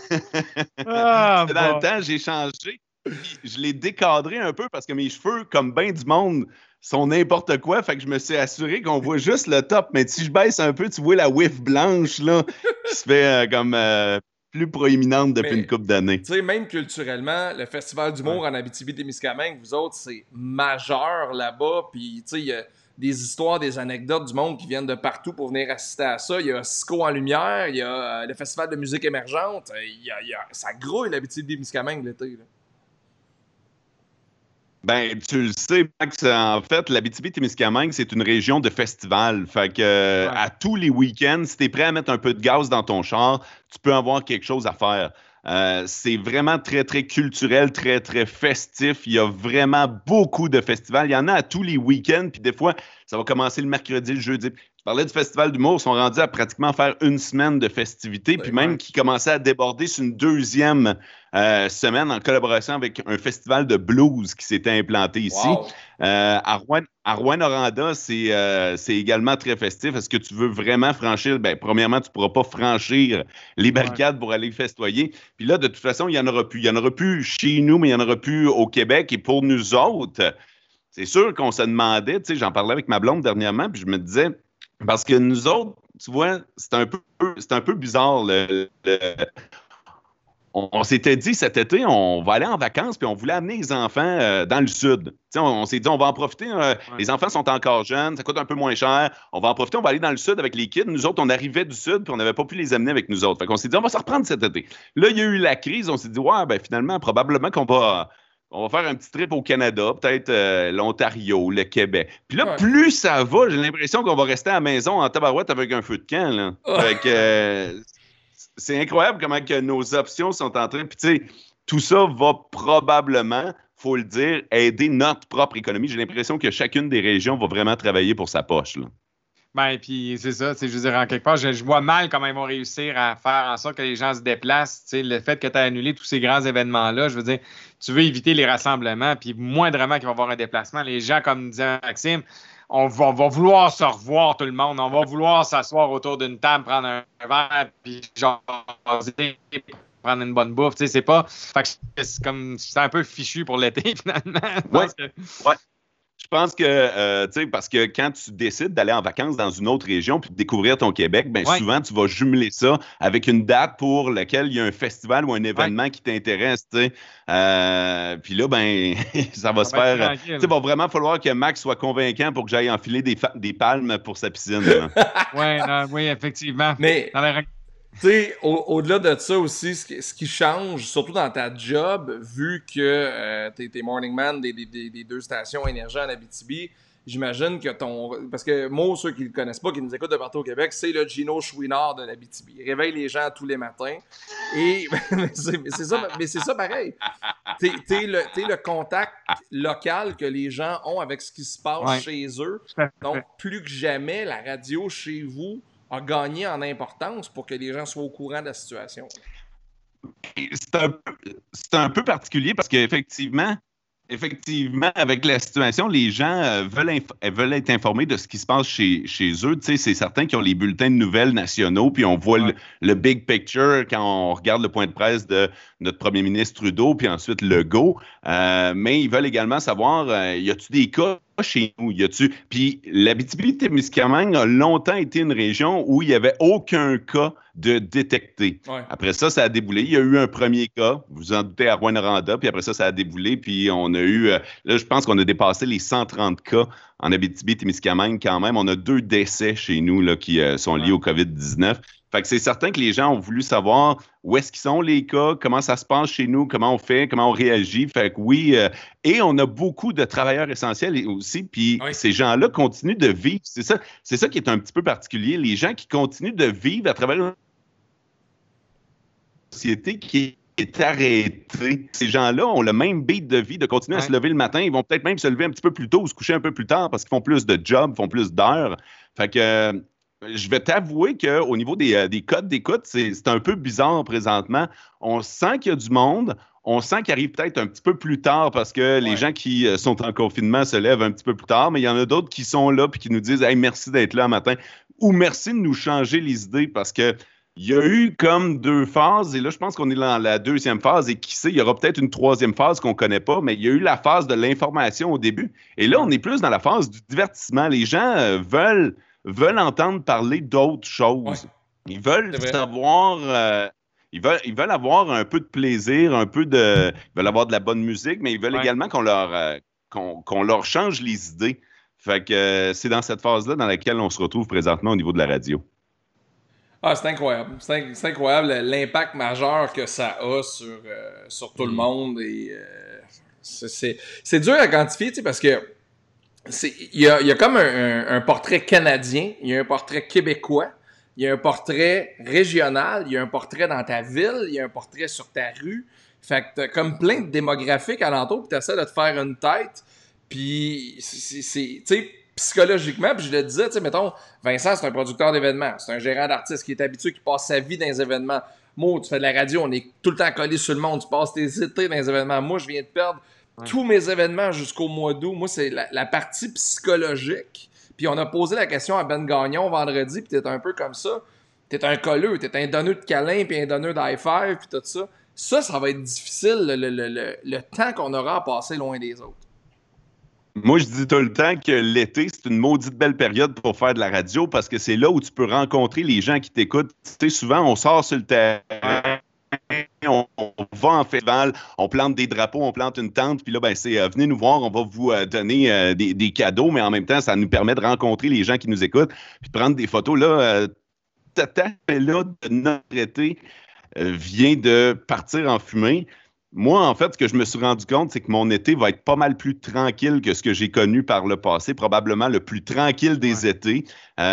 ah, c'était bon. Dans le temps, j'ai changé. Je l'ai décadré un peu parce que mes cheveux, comme bien du monde, sont n'importe quoi. Fait que je me suis assuré qu'on voit juste le top. Mais si je baisse un peu, tu vois la whiff blanche là, qui se fait euh, comme euh, plus proéminente depuis Mais, une couple d'années. Tu sais, même culturellement, le Festival d'humour ouais. en Abitibi-Témiscamingue, vous autres, c'est majeur là-bas. Puis, tu sais, il y a des histoires, des anecdotes du monde qui viennent de partout pour venir assister à ça. Il y a Cisco en lumière, il y a euh, le Festival de musique émergente. Il y a, il y a, ça grouille l'Abitibi-Témiscamingue l'été. Là. Ben, tu le sais, Max, en fait, l'Abitibi-Témiscamingue, c'est une région de festival. Fait que, ouais. à tous les week-ends, si t'es prêt à mettre un peu de gaz dans ton char, tu peux avoir quelque chose à faire. Euh, c'est vraiment très, très culturel, très, très festif. Il y a vraiment beaucoup de festivals. Il y en a à tous les week-ends, puis des fois, ça va commencer le mercredi, le jeudi. Tu parlais du Festival d'humour, ils sont rendus à pratiquement faire une semaine de festivités, puis même qui commençait à déborder sur une deuxième euh, semaine en collaboration avec un festival de blues qui s'était implanté ici. Wow. Euh, à Rouen, à Rouyn-Noranda, c'est, euh, c'est également très festif. Est-ce que tu veux vraiment franchir? Bien, premièrement, tu ne pourras pas franchir les barricades ouais. pour aller festoyer. Puis là, de toute façon, il n'y en aura plus. Il n'y en aura plus chez nous, mais il n'y en aura plus au Québec. Et pour nous autres, c'est sûr qu'on se demandait, tu sais, j'en parlais avec ma blonde dernièrement, puis je me disais, parce que nous autres, tu vois, c'est un peu, c'est un peu bizarre. Le, le, on, on s'était dit cet été, on va aller en vacances, puis on voulait amener les enfants euh, dans le sud. On, on s'est dit, on va en profiter. Euh, ouais. Les enfants sont encore jeunes, ça coûte un peu moins cher. On va en profiter, on va aller dans le sud avec les kids. Nous autres, on arrivait du sud, puis on n'avait pas pu les amener avec nous autres. Fait qu'on s'est dit, on va se reprendre cet été. Là, il y a eu la crise. On s'est dit, ouais, ben finalement, probablement qu'on va... on va faire un petit trip au Canada, peut-être euh, l'Ontario, le Québec. Puis là, ouais. plus ça va, j'ai l'impression qu'on va rester à la maison en tabarouette avec un feu de camp. Là. Fait que, euh, c'est incroyable comment que nos options sont en train... Puis tu sais, tout ça va probablement, faut le dire, aider notre propre économie. J'ai l'impression que chacune des régions va vraiment travailler pour sa poche. Là. Ben, puis c'est ça, je veux dire, en quelque part, je, je vois mal comment ils vont réussir à faire en sorte que les gens se déplacent. T'sais, le fait que tu as annulé tous ces grands événements-là, je veux dire, tu veux éviter les rassemblements, puis moindrement qu'il va y avoir un déplacement. Les gens, comme disait Maxime, on va, on va vouloir se revoir tout le monde, on va vouloir s'asseoir autour d'une table, prendre un verre, puis genre, prendre une bonne bouffe. C'est pas. Fait que c'est comme c'est un peu fichu pour l'été, finalement. Ouais. Que... ouais. Je pense que, euh, tu sais, parce que quand tu décides d'aller en vacances dans une autre région puis de découvrir ton Québec, bien ouais. souvent, tu vas jumeler ça avec une date pour laquelle il y a un festival ou un événement ouais. qui t'intéresse, tu sais. Euh, puis là, ben ça va ça se va faire... Tu sais, il va vraiment falloir que Max soit convaincant pour que j'aille enfiler des, fa- des palmes pour sa piscine. ouais, non, oui, effectivement. Mais... Dans la... Tu sais, au- au-delà de ça aussi, ce qui, ce qui change, surtout dans ta job, vu que euh, t'es, t'es morning man des, des, des, des deux stations énergie en Abitibi, j'imagine que ton... Parce que moi, ceux qui le connaissent pas, qui nous écoutent de partout au Québec, c'est le Gino Chouinard de l'Abitibi. Il réveille les gens tous les matins. Et mais c'est, mais c'est, ça, mais c'est ça pareil. T'es, t'es, le, t'es le contact local que les gens ont avec ce qui se passe ouais. chez eux. Donc, plus que jamais, la radio chez vous a gagné en importance pour que les gens soient au courant de la situation. C'est un, c'est un peu particulier parce qu'effectivement, effectivement, avec la situation, les gens euh, veulent, inf- veulent être informés de ce qui se passe chez, chez eux. Tu sais, c'est certain qu'ils ont les bulletins de nouvelles nationaux, puis on voit ouais. le, le big picture quand on regarde le point de presse de notre premier ministre Trudeau, puis ensuite Legault. Euh, mais ils veulent également savoir, euh, y a-t-il des cas chez nous? Y a-tu... Puis l'Abitibi-Témiscamingue a longtemps été une région où il n'y avait aucun cas de détecté. Ouais. Après ça, ça a déboulé. Il y a eu un premier cas, vous vous en doutez, à Rouyn-Noranda, puis après ça, ça a déboulé, puis on a eu... Euh, là, je pense qu'on a dépassé les cent trente cas en Abitibi-Témiscamingue quand même. On a deux décès chez nous là, qui euh, sont liés ouais. au covid dix-neuf. Fait que c'est certain que les gens ont voulu savoir où est-ce qu'ils sont les cas, comment ça se passe chez nous, comment on fait, comment on réagit. Fait que oui, euh, et on a beaucoup de travailleurs essentiels aussi, puis oui. ces gens-là continuent de vivre. C'est ça, c'est ça qui est un petit peu particulier. Les gens qui continuent de vivre à travers une société qui est arrêtée. Ces gens-là ont le même beat de vie, de continuer ouais. à se lever le matin. Ils vont peut-être même se lever un petit peu plus tôt ou se coucher un peu plus tard parce qu'ils font plus de jobs, font plus d'heures. Fait que... Euh, je vais t'avouer qu'au niveau des, euh, des codes d'écoute, c'est, c'est un peu bizarre présentement. On sent qu'il y a du monde. On sent qu'il arrive peut-être un petit peu plus tard parce que ouais. les gens qui euh, sont en confinement se lèvent un petit peu plus tard, mais il y en a d'autres qui sont là et qui nous disent « Hey, merci d'être là un matin » ou « Merci de nous changer les idées » parce que il y a eu comme deux phases et là, je pense qu'on est dans la deuxième phase et qui sait, il y aura peut-être une troisième phase qu'on ne connaît pas, mais il y a eu la phase de l'information au début. Et là, on est plus dans la phase du divertissement. Les gens euh, veulent... veulent entendre parler d'autres choses. Ouais. Ils veulent savoir... Euh, ils, veulent, ils veulent avoir un peu de plaisir, un peu de... Ils veulent avoir de la bonne musique, mais ils veulent ouais. également qu'on leur, euh, qu'on, qu'on leur change les idées. Fait que euh, c'est dans cette phase-là dans laquelle on se retrouve présentement au niveau de la radio. Ah, c'est incroyable. C'est, c'est incroyable l'impact majeur que ça a sur, euh, sur tout mmh. le monde. Et, euh, c'est, c'est, c'est dur à quantifier, tu sais, parce que il y a, y a comme un, un, un portrait canadien, il y a un portrait québécois, il y a un portrait régional, il y a un portrait dans ta ville, il y a un portrait sur ta rue. Fait que t'as comme plein de démographiques alentour, puis t'essaies de te faire une tête. Puis, c'est, c'est, tu sais, psychologiquement, puis je le disais, tu sais, mettons, Vincent, c'est un producteur d'événements, c'est un gérant d'artistes qui est habitué, qui passe sa vie dans les événements. Moi, tu fais de la radio, on est tout le temps collé sur le monde, tu passes tes étés dans les événements. Moi, je viens de perdre ouais. tous mes événements jusqu'au mois d'août. Moi, c'est la, la partie psychologique. Puis on a posé la question à Ben Gagnon vendredi, puis t'es un peu comme ça. T'es un colleux, t'es un donneur de câlin, puis un donneur d'high five, puis tout ça. Ça, ça va être difficile, le, le, le, le temps qu'on aura à passer loin des autres. Moi, je dis tout le temps que l'été, c'est une maudite belle période pour faire de la radio parce que c'est là où tu peux rencontrer les gens qui t'écoutent. Tu sais, souvent, on sort sur le terrain, on, on va en festival, on plante des drapeaux, on plante une tente, puis là, ben, c'est euh, venez nous voir, on va vous euh, donner euh, des, des cadeaux, mais en même temps, ça nous permet de rencontrer les gens qui nous écoutent, puis de prendre des photos. Là, euh, tata, là, de notre été euh, vient de partir en fumée. moi, en fait, ce que je me suis rendu compte, c'est que mon été va être pas mal plus tranquille que ce que j'ai connu par le passé, probablement le plus tranquille des ouais. étés.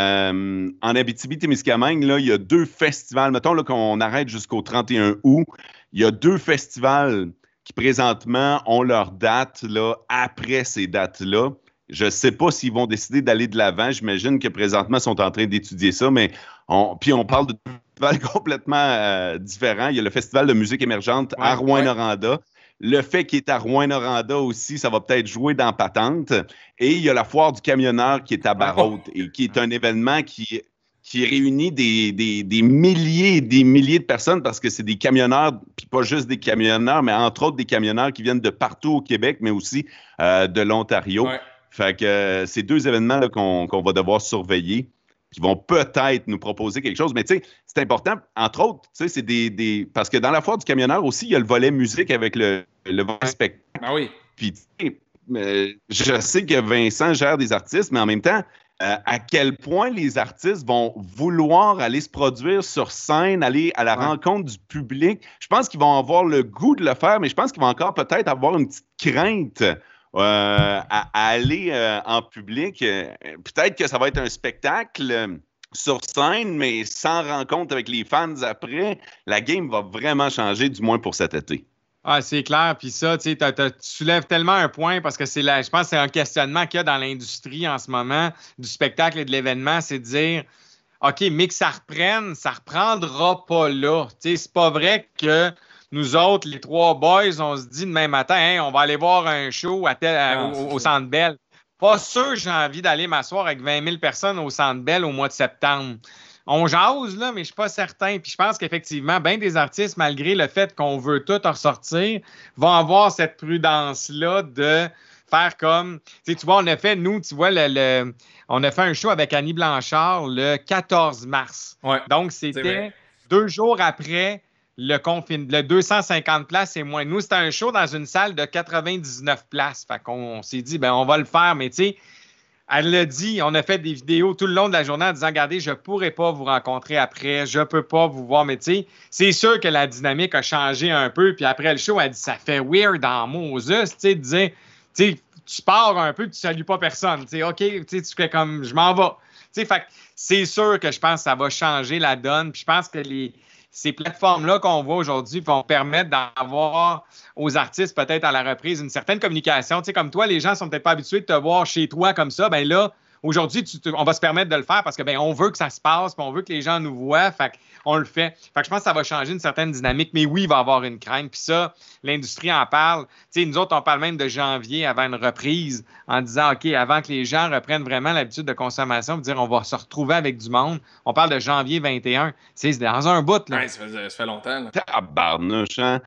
Euh, en Abitibi-Témiscamingue, là, il y a deux festivals. Mettons là, qu'on arrête jusqu'au trente et un août. Il y a deux festivals qui, présentement, ont leur date là, après ces dates-là. Je ne sais pas s'ils vont décider d'aller de l'avant. J'imagine que présentement, ils sont en train d'étudier ça, mais on, puis on parle de festivals complètement euh, différents. Il y a le Festival de musique émergente ouais, à Rouyn-Noranda. Ouais. Le fait qu'il est à Rouyn-Noranda aussi, ça va peut-être jouer dans Patente. Et il y a la Foire du camionneur qui est à Barrault et qui est un événement qui, qui réunit des, des, des milliers et des milliers de personnes parce que c'est des camionneurs, puis pas juste des camionneurs, mais entre autres des camionneurs qui viennent de partout au Québec, mais aussi euh, de l'Ontario. Ouais. Fait que euh, c'est deux événements là, qu'on, qu'on va devoir surveiller, qui vont peut-être nous proposer quelque chose. Mais tu sais, c'est important, entre autres, tu sais, c'est des, des... Parce que dans la foire du camionneur aussi, il y a le volet musique avec le, le volet spectacle. Ah oui. Puis, tu sais, euh, je sais que Vincent gère des artistes, mais en même temps, euh, à quel point les artistes vont vouloir aller se produire sur scène, aller à la ouais. rencontre du public. Je pense qu'ils vont avoir le goût de le faire, mais je pense qu'ils vont encore peut-être avoir une petite crainte Euh, à, à aller euh, en public. Euh, peut-être que ça va être un spectacle euh, sur scène, mais sans rencontre avec les fans après. La game va vraiment changer, du moins pour cet été. Ah, c'est clair. Puis ça, tu sais, tu soulèves tellement un point parce que c'est la, je pense que c'est un questionnement qu'il y a dans l'industrie en ce moment du spectacle et de l'événement, c'est de dire OK, mais que ça reprenne, ça reprendra pas là. Tu sais, c'est pas vrai que nous autres, les trois boys, on se dit demain matin, hein, on va aller voir un show à tel, à, non, au, au Centre Bell. Pas sûr que j'ai envie d'aller m'asseoir avec vingt mille personnes au Centre Bell au mois de septembre. On jase, là, mais je suis pas certain. Puis je pense qu'effectivement, bien des artistes, malgré le fait qu'on veut tout ressortir, vont avoir cette prudence-là de faire comme... Tu vois, on a fait, nous, tu vois, le, le, on a fait un show avec Annie Blanchard le quatorze mars. Ouais, donc, c'était deux jours après... Le, confin... le deux cent cinquante places et moins. Nous, c'était un show dans une salle de quatre-vingt-dix-neuf places. Fait qu'on on s'est dit, ben on va le faire. Mais tu sais, elle l'a dit, on a fait des vidéos tout le long de la journée en disant, regardez, je ne pourrai pas vous rencontrer après, je ne peux pas vous voir. Mais tu sais, c'est sûr que la dynamique a changé un peu. Puis après le show, elle dit, ça fait weird en Moses, tu sais, de dire, tu sais, tu pars un peu, tu ne salues pas personne. Tu sais, OK, tu sais, tu fais comme, je m'en vais. Tu sais, fait c'est sûr que je pense que ça va changer la donne. Puis je pense que les... Ces plateformes-là qu'on voit aujourd'hui vont permettre d'avoir aux artistes, peut-être à la reprise, une certaine communication. Tu sais, comme toi, les gens sont peut-être pas habitués de te voir chez toi comme ça. Ben là, aujourd'hui, tu, tu, on va se permettre de le faire parce que ben on veut que ça se passe, puis on veut que les gens nous voient. Fait qu'on le fait. Fait que je pense que ça va changer une certaine dynamique. Mais oui, il va y avoir une crainte. Puis ça, l'industrie en parle. Tu sais, nous autres, on parle même de janvier avant une reprise en disant, OK, avant que les gens reprennent vraiment l'habitude de consommation, pour dire on va se retrouver avec du monde. On parle de janvier vingt et un. C'est dans un bout, là. Ouais, ça, fait, ça fait longtemps, là. Tabarnouche, hein?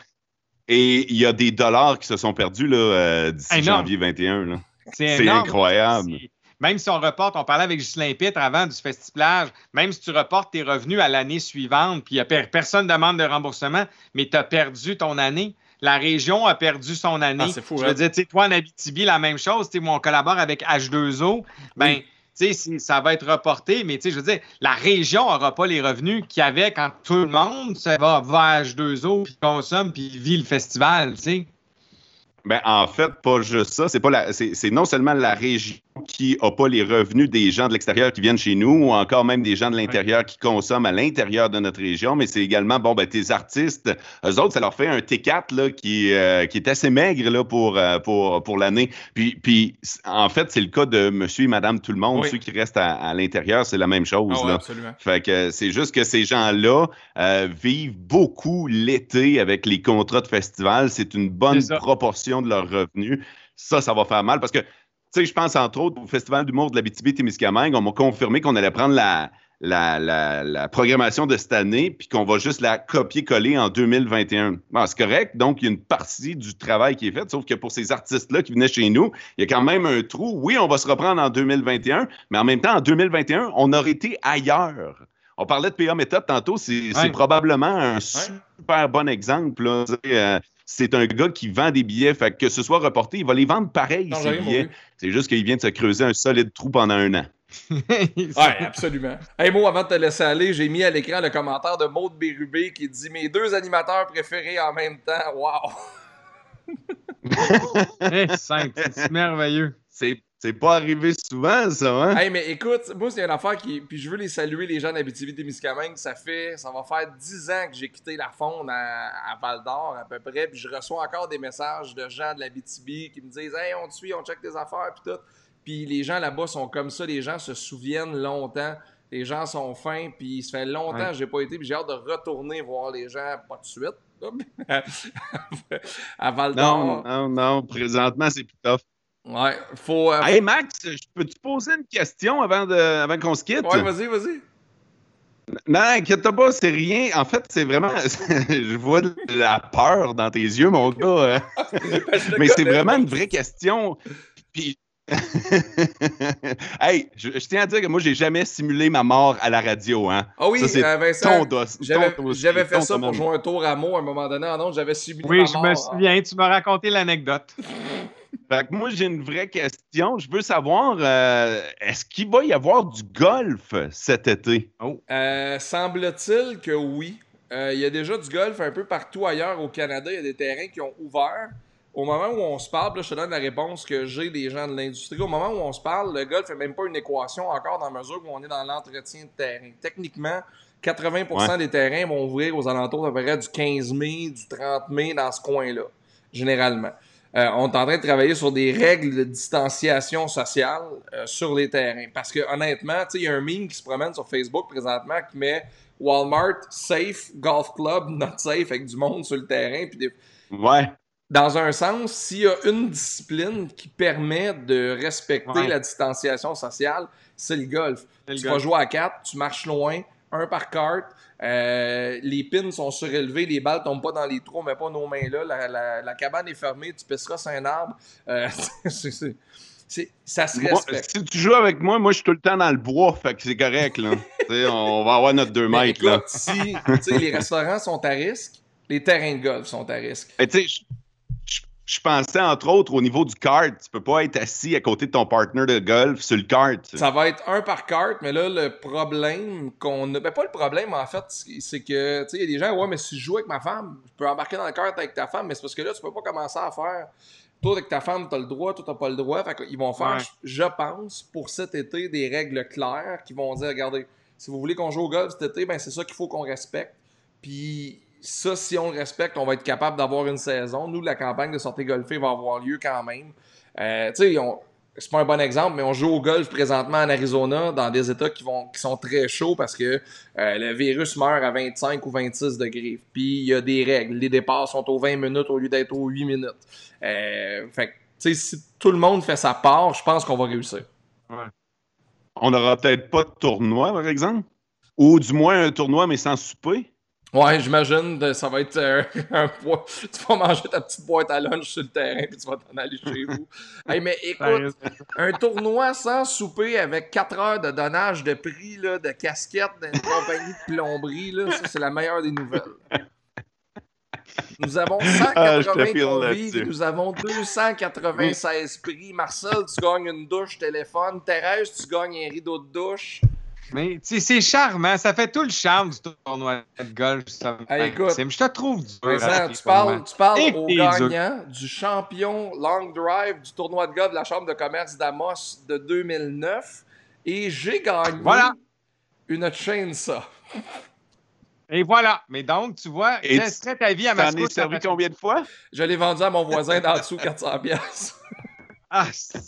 Et il y a des dollars qui se sont perdus, là, euh, d'ici énorme. janvier vingt et un, là. C'est, c'est incroyable. C'est... Même si on reporte, on parlait avec Ghislain Pitre avant du Festiplage, même si tu reportes tes revenus à l'année suivante, puis per- personne ne demande de remboursement, mais tu as perdu ton année. La région a perdu son année. Ah, c'est fou, je hein? veux dire, tu sais, toi, en Abitibi, la même chose. Tu sais, moi, on collabore avec H deux O. Ben, oui. Tu sais, ça va être reporté, mais tu sais, je veux dire, la région n'aura pas les revenus qu'il y avait quand tout le monde ça va vers H deux O, puis consomme, puis vit le festival, tu sais. Ben, en fait, pas juste ça. C'est, pas la, c'est, c'est non seulement la région qui n'a pas les revenus des gens de l'extérieur qui viennent chez nous ou encore même des gens de l'intérieur qui consomment à l'intérieur de notre région, mais c'est également, bon, ben, tes artistes, eux autres, ça leur fait un T quatre là, qui, euh, qui est assez maigre là, pour, euh, pour, pour l'année. Puis, puis, en fait, c'est le cas de monsieur et madame tout le monde. Oui. Ceux qui restent à, à l'intérieur, c'est la même chose. Oh, là. Absolument. Fait que c'est juste que ces gens-là euh, vivent beaucoup l'été avec les contrats de festival. C'est une bonne c'est proportion de leurs revenus. Ça, ça va faire mal parce que, tu sais, je pense entre autres au Festival d'humour de l'Abitibi-Témiscamingue, on m'a confirmé qu'on allait prendre la, la, la, la programmation de cette année puis qu'on va juste la copier-coller en deux mille vingt et un. Bon, c'est correct, donc il y a une partie du travail qui est faite, sauf que pour ces artistes-là qui venaient chez nous, il y a quand même un trou. Oui, on va se reprendre en deux mille vingt et un, mais en même temps, en deux mille vingt et un, on aurait été ailleurs. On parlait de P A Méthode tantôt, c'est, ouais. c'est probablement un ouais. super bon exemple, là. Euh, c'est un gars qui vend des billets, fait que ce soit reporté, il va les vendre pareil, non, ces billets. C'est juste qu'il vient de se creuser un solide trou pendant un an. Oui, absolument. Hey Mo, avant de te laisser aller, j'ai mis à l'écran le commentaire de Maude Bérubé qui dit « Mes deux animateurs préférés en même temps, wow! » C'est simple, c'est merveilleux. C'est, c'est pas arrivé souvent, ça, hein? Hey, mais écoute, moi, c'est une affaire qui... Puis je veux les saluer, les gens d'Abitibi-Témiscamingue. Ça fait... Ça va faire dix ans que j'ai quitté la Fonde à, à Val-d'Or, à peu près. Puis je reçois encore des messages de gens de l'Abitibi qui me disent « Hey, on te suit, on check tes affaires, puis tout. » Puis les gens là-bas sont comme ça. Les gens se souviennent longtemps. Les gens sont fins. Puis ça fait longtemps ouais. que j'ai pas été. Puis j'ai hâte de retourner voir les gens, pas de suite, à Val-d'Or. Non, non, non. Présentement, c'est plus tough. Ouais, faut... Euh... Hey, Max, je peux-tu poser une question avant, de, avant qu'on se quitte? Ouais, vas-y, vas-y. Non, inquiète pas, c'est rien. En fait, c'est vraiment... je vois de la peur dans tes yeux, mon gars. Mais c'est vraiment une vraie question. Puis... hey, je, je tiens à dire que moi, j'ai jamais simulé ma mort à la radio, hein. Ah oui, ça, c'est euh, Vincent, ton dos, j'avais, ton j'avais fait ton ça ton pour ton jouer un tour à mot à un moment donné. Ah non, j'avais simulé oui, ma je mort. Oui, je me souviens, tu m'as raconté l'anecdote. Fait que moi, j'ai une vraie question. Je veux savoir, euh, est-ce qu'il va y avoir du golf cet été? Oh. Euh, semble-t-il que oui. Il euh, y a déjà du golf un peu partout ailleurs au Canada. Il y a des terrains qui ont ouvert. Au moment où on se parle, là, je te donne la réponse que j'ai des gens de l'industrie. Au moment où on se parle, le golf n'est même pas une équation encore dans la mesure où on est dans l'entretien de terrain. Techniquement, quatre-vingts pour cent ouais. des terrains vont ouvrir aux alentours d'à peu près du quinze mai, du trente mai, dans ce coin-là, généralement. Euh, on est en train de travailler sur des règles de distanciation sociale euh, sur les terrains. Parce que honnêtement, il y a un meme qui se promène sur Facebook présentement qui met Walmart safe, golf club not safe avec du monde sur le terrain. Puis des... Ouais. Dans un sens, s'il y a une discipline qui permet de respecter ouais. la distanciation sociale, c'est le golf. C'est tu le vas golf. Jouer à quatre, tu marches loin, un par carte, euh, les pins sont surélevés, les balles tombent pas dans les trous, mais pas nos mains là, la, la, la cabane est fermée, tu pisseras sur un arbre. Euh, c'est, c'est, c'est, ça se respecte. Moi, si tu joues avec moi, moi je suis tout le temps dans le bois, fait que c'est correct. Là. on va avoir notre deux mètres. Écoute, là. Si les restaurants sont à risque, les terrains de golf sont à risque. Et tu sais, je pensais, entre autres, au niveau du kart. Tu peux pas être assis à côté de ton partner de golf sur le kart. Ça va être un par kart, mais là, le problème qu'on a... Ben, pas le problème, en fait, c'est que, tu sais, il y a des gens, ouais, mais si je joue avec ma femme, je peux embarquer dans le kart avec ta femme, mais c'est parce que là, tu peux pas commencer à faire... Toi, avec ta femme, t'as le droit, toi, t'as pas le droit. Fait qu'ils vont faire, ouais. je pense, pour cet été, des règles claires qui vont dire, regardez, si vous voulez qu'on joue au golf cet été, ben c'est ça qu'il faut qu'on respecte. Puis... Ça, si on le respecte, on va être capable d'avoir une saison. Nous, la campagne de sortie golfée va avoir lieu quand même. Euh, tu sais, c'est pas un bon exemple, mais on joue au golf présentement en Arizona, dans des États qui, vont, qui sont très chauds parce que euh, le virus meurt à vingt-cinq ou vingt-six degrés. Puis, il y a des règles. Les départs sont aux vingt minutes au lieu d'être aux huit minutes. Euh, fait que, tu sais, si tout le monde fait sa part, je pense qu'on va réussir. Ouais. On n'aura peut-être pas de tournoi, par exemple? Ou du moins un tournoi, mais sans souper? Ouais, j'imagine, ça va être euh, un poids. Tu vas manger ta petite boîte à lunch sur le terrain puis tu vas t'en aller chez vous. Hey, mais écoute, un tournoi sans souper avec quatre heures de donnage de prix, là, de casquettes d'une compagnie de plomberie, là, ça, c'est la meilleure des nouvelles. Nous avons cent quatre-vingts ah, convives, nous avons deux cent quatre-vingt-seize prix. Marcel, tu gagnes une douche téléphone. Thérèse, tu gagnes un rideau de douche. Mais c'est charmant, ça fait tout le charme du tournoi de golf. Ça, hey, écoute, je te trouve dur. Vincent, tu parles, tu parles au gagnant du champion long drive du tournoi de golf de la Chambre de commerce d'Amos de deux mille neuf et j'ai gagné voilà. une chainsaw. Et voilà. Mais donc, tu vois, et je laisserais ta vie à ma Tu t'en es servi combien de fois? Je l'ai vendu à mon voisin d'en dessous quatre cents piastres. Ah,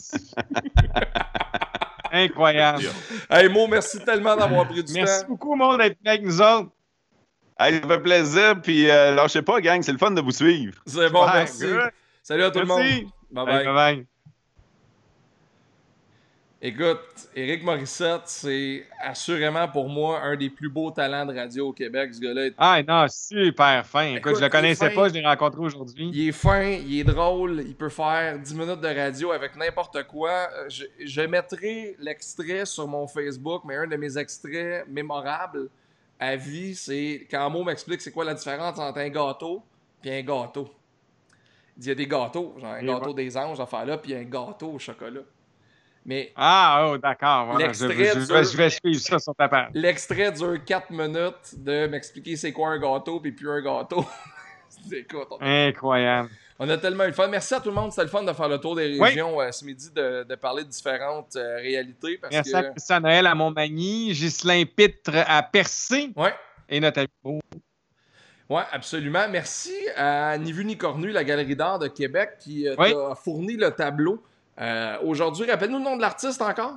incroyable. Hey Mo, merci tellement d'avoir pris du merci temps. Merci beaucoup, monde, d'être avec nous autres. Hey, ça fait plaisir, puis euh, lâchez pas, gang, c'est le fun de vous suivre. C'est bon, ouais, merci. Good. Salut à tout merci. le monde. Bye bye. Bye bye. Écoute, Éric Morissette, c'est assurément pour moi un des plus beaux talents de radio au Québec, ce gars-là. Ah non, super fin. Écoute, Écoute je le connaissais pas, je l'ai rencontré aujourd'hui. Il est fin, il est drôle, il peut faire dix minutes de radio avec n'importe quoi. Je, je mettrai l'extrait sur mon Facebook, mais un de mes extraits mémorables à vie, c'est quand Mo m'explique c'est quoi la différence entre un gâteau et un gâteau. Il dit il y a des gâteaux, genre un et gâteau ouais. des anges, enfin là, puis un gâteau au chocolat. Mais ah, oh, d'accord. Voilà. Je, je, je, dure, je vais suivre ça sur ta page. L'extrait dure quatre minutes de m'expliquer c'est quoi un gâteau puis puis un gâteau. Écoute, on... Incroyable. On a tellement eu le fun. Merci à tout le monde. C'était le fun de faire le tour des régions oui. euh, ce midi, de, de parler de différentes euh, réalités. Parce Merci que... à Christian Noël à Montmagny, Ghislain Pitre à Percé ouais. et notre ami. Oui, absolument. Merci à Ni Vu Ni Cornu, la Galerie d'art de Québec, qui euh, oui. t'a fourni le tableau. Euh, aujourd'hui, rappelle-nous le nom de l'artiste encore.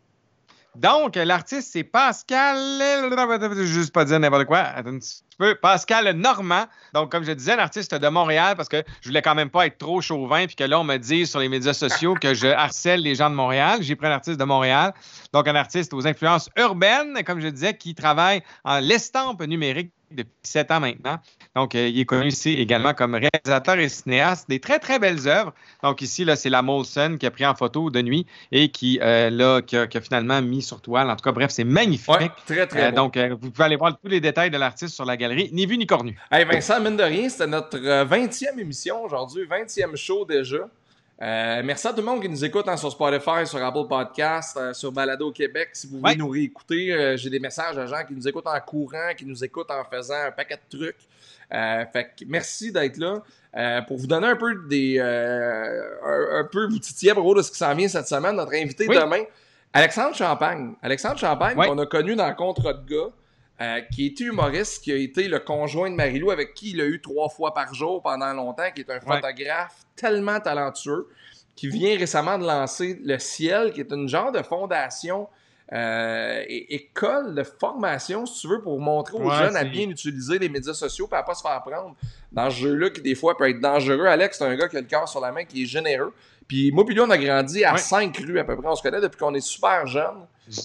Donc, l'artiste, c'est Pascal... Je vais juste pas dire n'importe quoi. Attends un petit peu. Pascal Normand. Donc, comme je disais, l'artiste de Montréal, parce que je voulais quand même pas être trop chauvin, puis que là, on me dise sur les médias sociaux que je harcèle les gens de Montréal. J'ai pris un artiste de Montréal. Donc, un artiste aux influences urbaines, comme je disais, qui travaille en l'estampe numérique depuis sept ans maintenant. Donc, euh, il est connu ici également comme réalisateur et cinéaste des très, très belles œuvres. Donc, ici, là, c'est la Molson qui a pris en photo de nuit et qui, euh, là, qui a, qui a finalement mis sur toile. En tout cas, bref, c'est magnifique. Ouais, très, très euh, beau. Donc, euh, vous pouvez aller voir tous les détails de l'artiste sur la galerie Ni Vu Ni Cornu. Hey Vincent, mine de rien, c'était notre vingtième émission aujourd'hui, vingtième show déjà. Euh, merci à tout le monde qui nous écoute hein, sur Spotify, sur Apple Podcasts, euh, sur Balado Québec. Si vous voulez ouais. nous réécouter, euh, j'ai des messages à gens qui nous écoutent en courant, qui nous écoutent en faisant un paquet de trucs. Euh, fait que merci d'être là. Euh, pour vous donner un peu des euh, un, un peu vous titiller à propos de ce qui s'en vient cette semaine, notre invité oui. demain, Alexandre Champagne. Alexandre Champagne, ouais. qu'on a connu dans Contrat de gars, euh, qui était humoriste, qui a été le conjoint de Marie-Lou, avec qui il a eu trois fois par jour pendant longtemps, qui est un photographe ouais. tellement talentueux, qui vient récemment de lancer Le Ciel, qui est une genre de fondation, euh, et, école de formation, si tu veux, pour montrer aux ouais, jeunes c'est... à bien utiliser les médias sociaux et à ne pas se faire prendre dans ce jeu-là, qui des fois peut être dangereux. Alex, c'est un gars qui a le cœur sur la main, qui est généreux. Puis moi, puis lui, on a grandi à ouais. cinq rues à peu près. On se connaît depuis qu'on est super jeunes.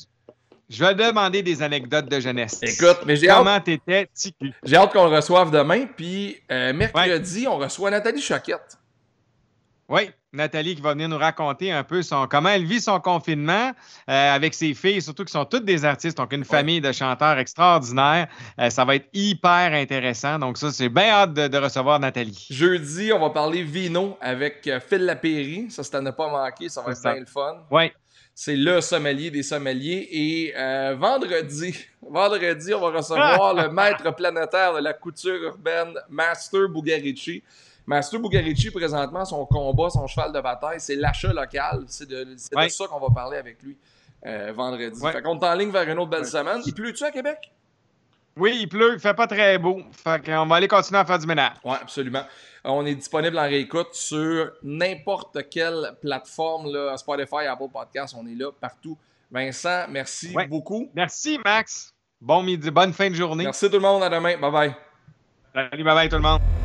Je vais demander des anecdotes de jeunesse. Écoute, mais j'ai Comment hâte... t'étais, Ticu? J'ai hâte qu'on le reçoive demain. Puis euh, mercredi, ouais. on reçoit Nathalie Choquette. Oui, Nathalie qui va venir nous raconter un peu son, comment elle vit son confinement euh, avec ses filles, surtout qui sont toutes des artistes, donc une ouais. famille de chanteurs extraordinaires. Euh, ça va être hyper intéressant. Donc ça, c'est bien hâte de, de recevoir Nathalie. Jeudi, on va parler vino avec euh, Phil Lapéry. Ça, c'est à ne pas manquer. Ça va c'est être bien le fun. Oui. C'est le sommelier des sommeliers. Et euh, vendredi, vendredi, on va recevoir le maître planétaire de la couture urbaine, Master Bugarici. Master Bugarici, présentement, son combat, son cheval de bataille, c'est l'achat local. C'est de, c'est ouais. de ça qu'on va parler avec lui euh, vendredi. Ouais. Fait qu'on est en ligne vers une autre belle ouais. semaine. Il pleut-tu à Québec? Oui, il pleut. Il fait pas très beau. Fait qu'on va aller continuer à faire du ménage. Oui, absolument. On est disponible en réécoute sur n'importe quelle plateforme, là, Spotify, Apple Podcasts. On est là partout. Vincent, merci ouais. beaucoup. Merci, Max. Bon midi, bonne fin de journée. Merci tout le monde. À demain. Bye-bye. Salut, bye-bye tout le monde.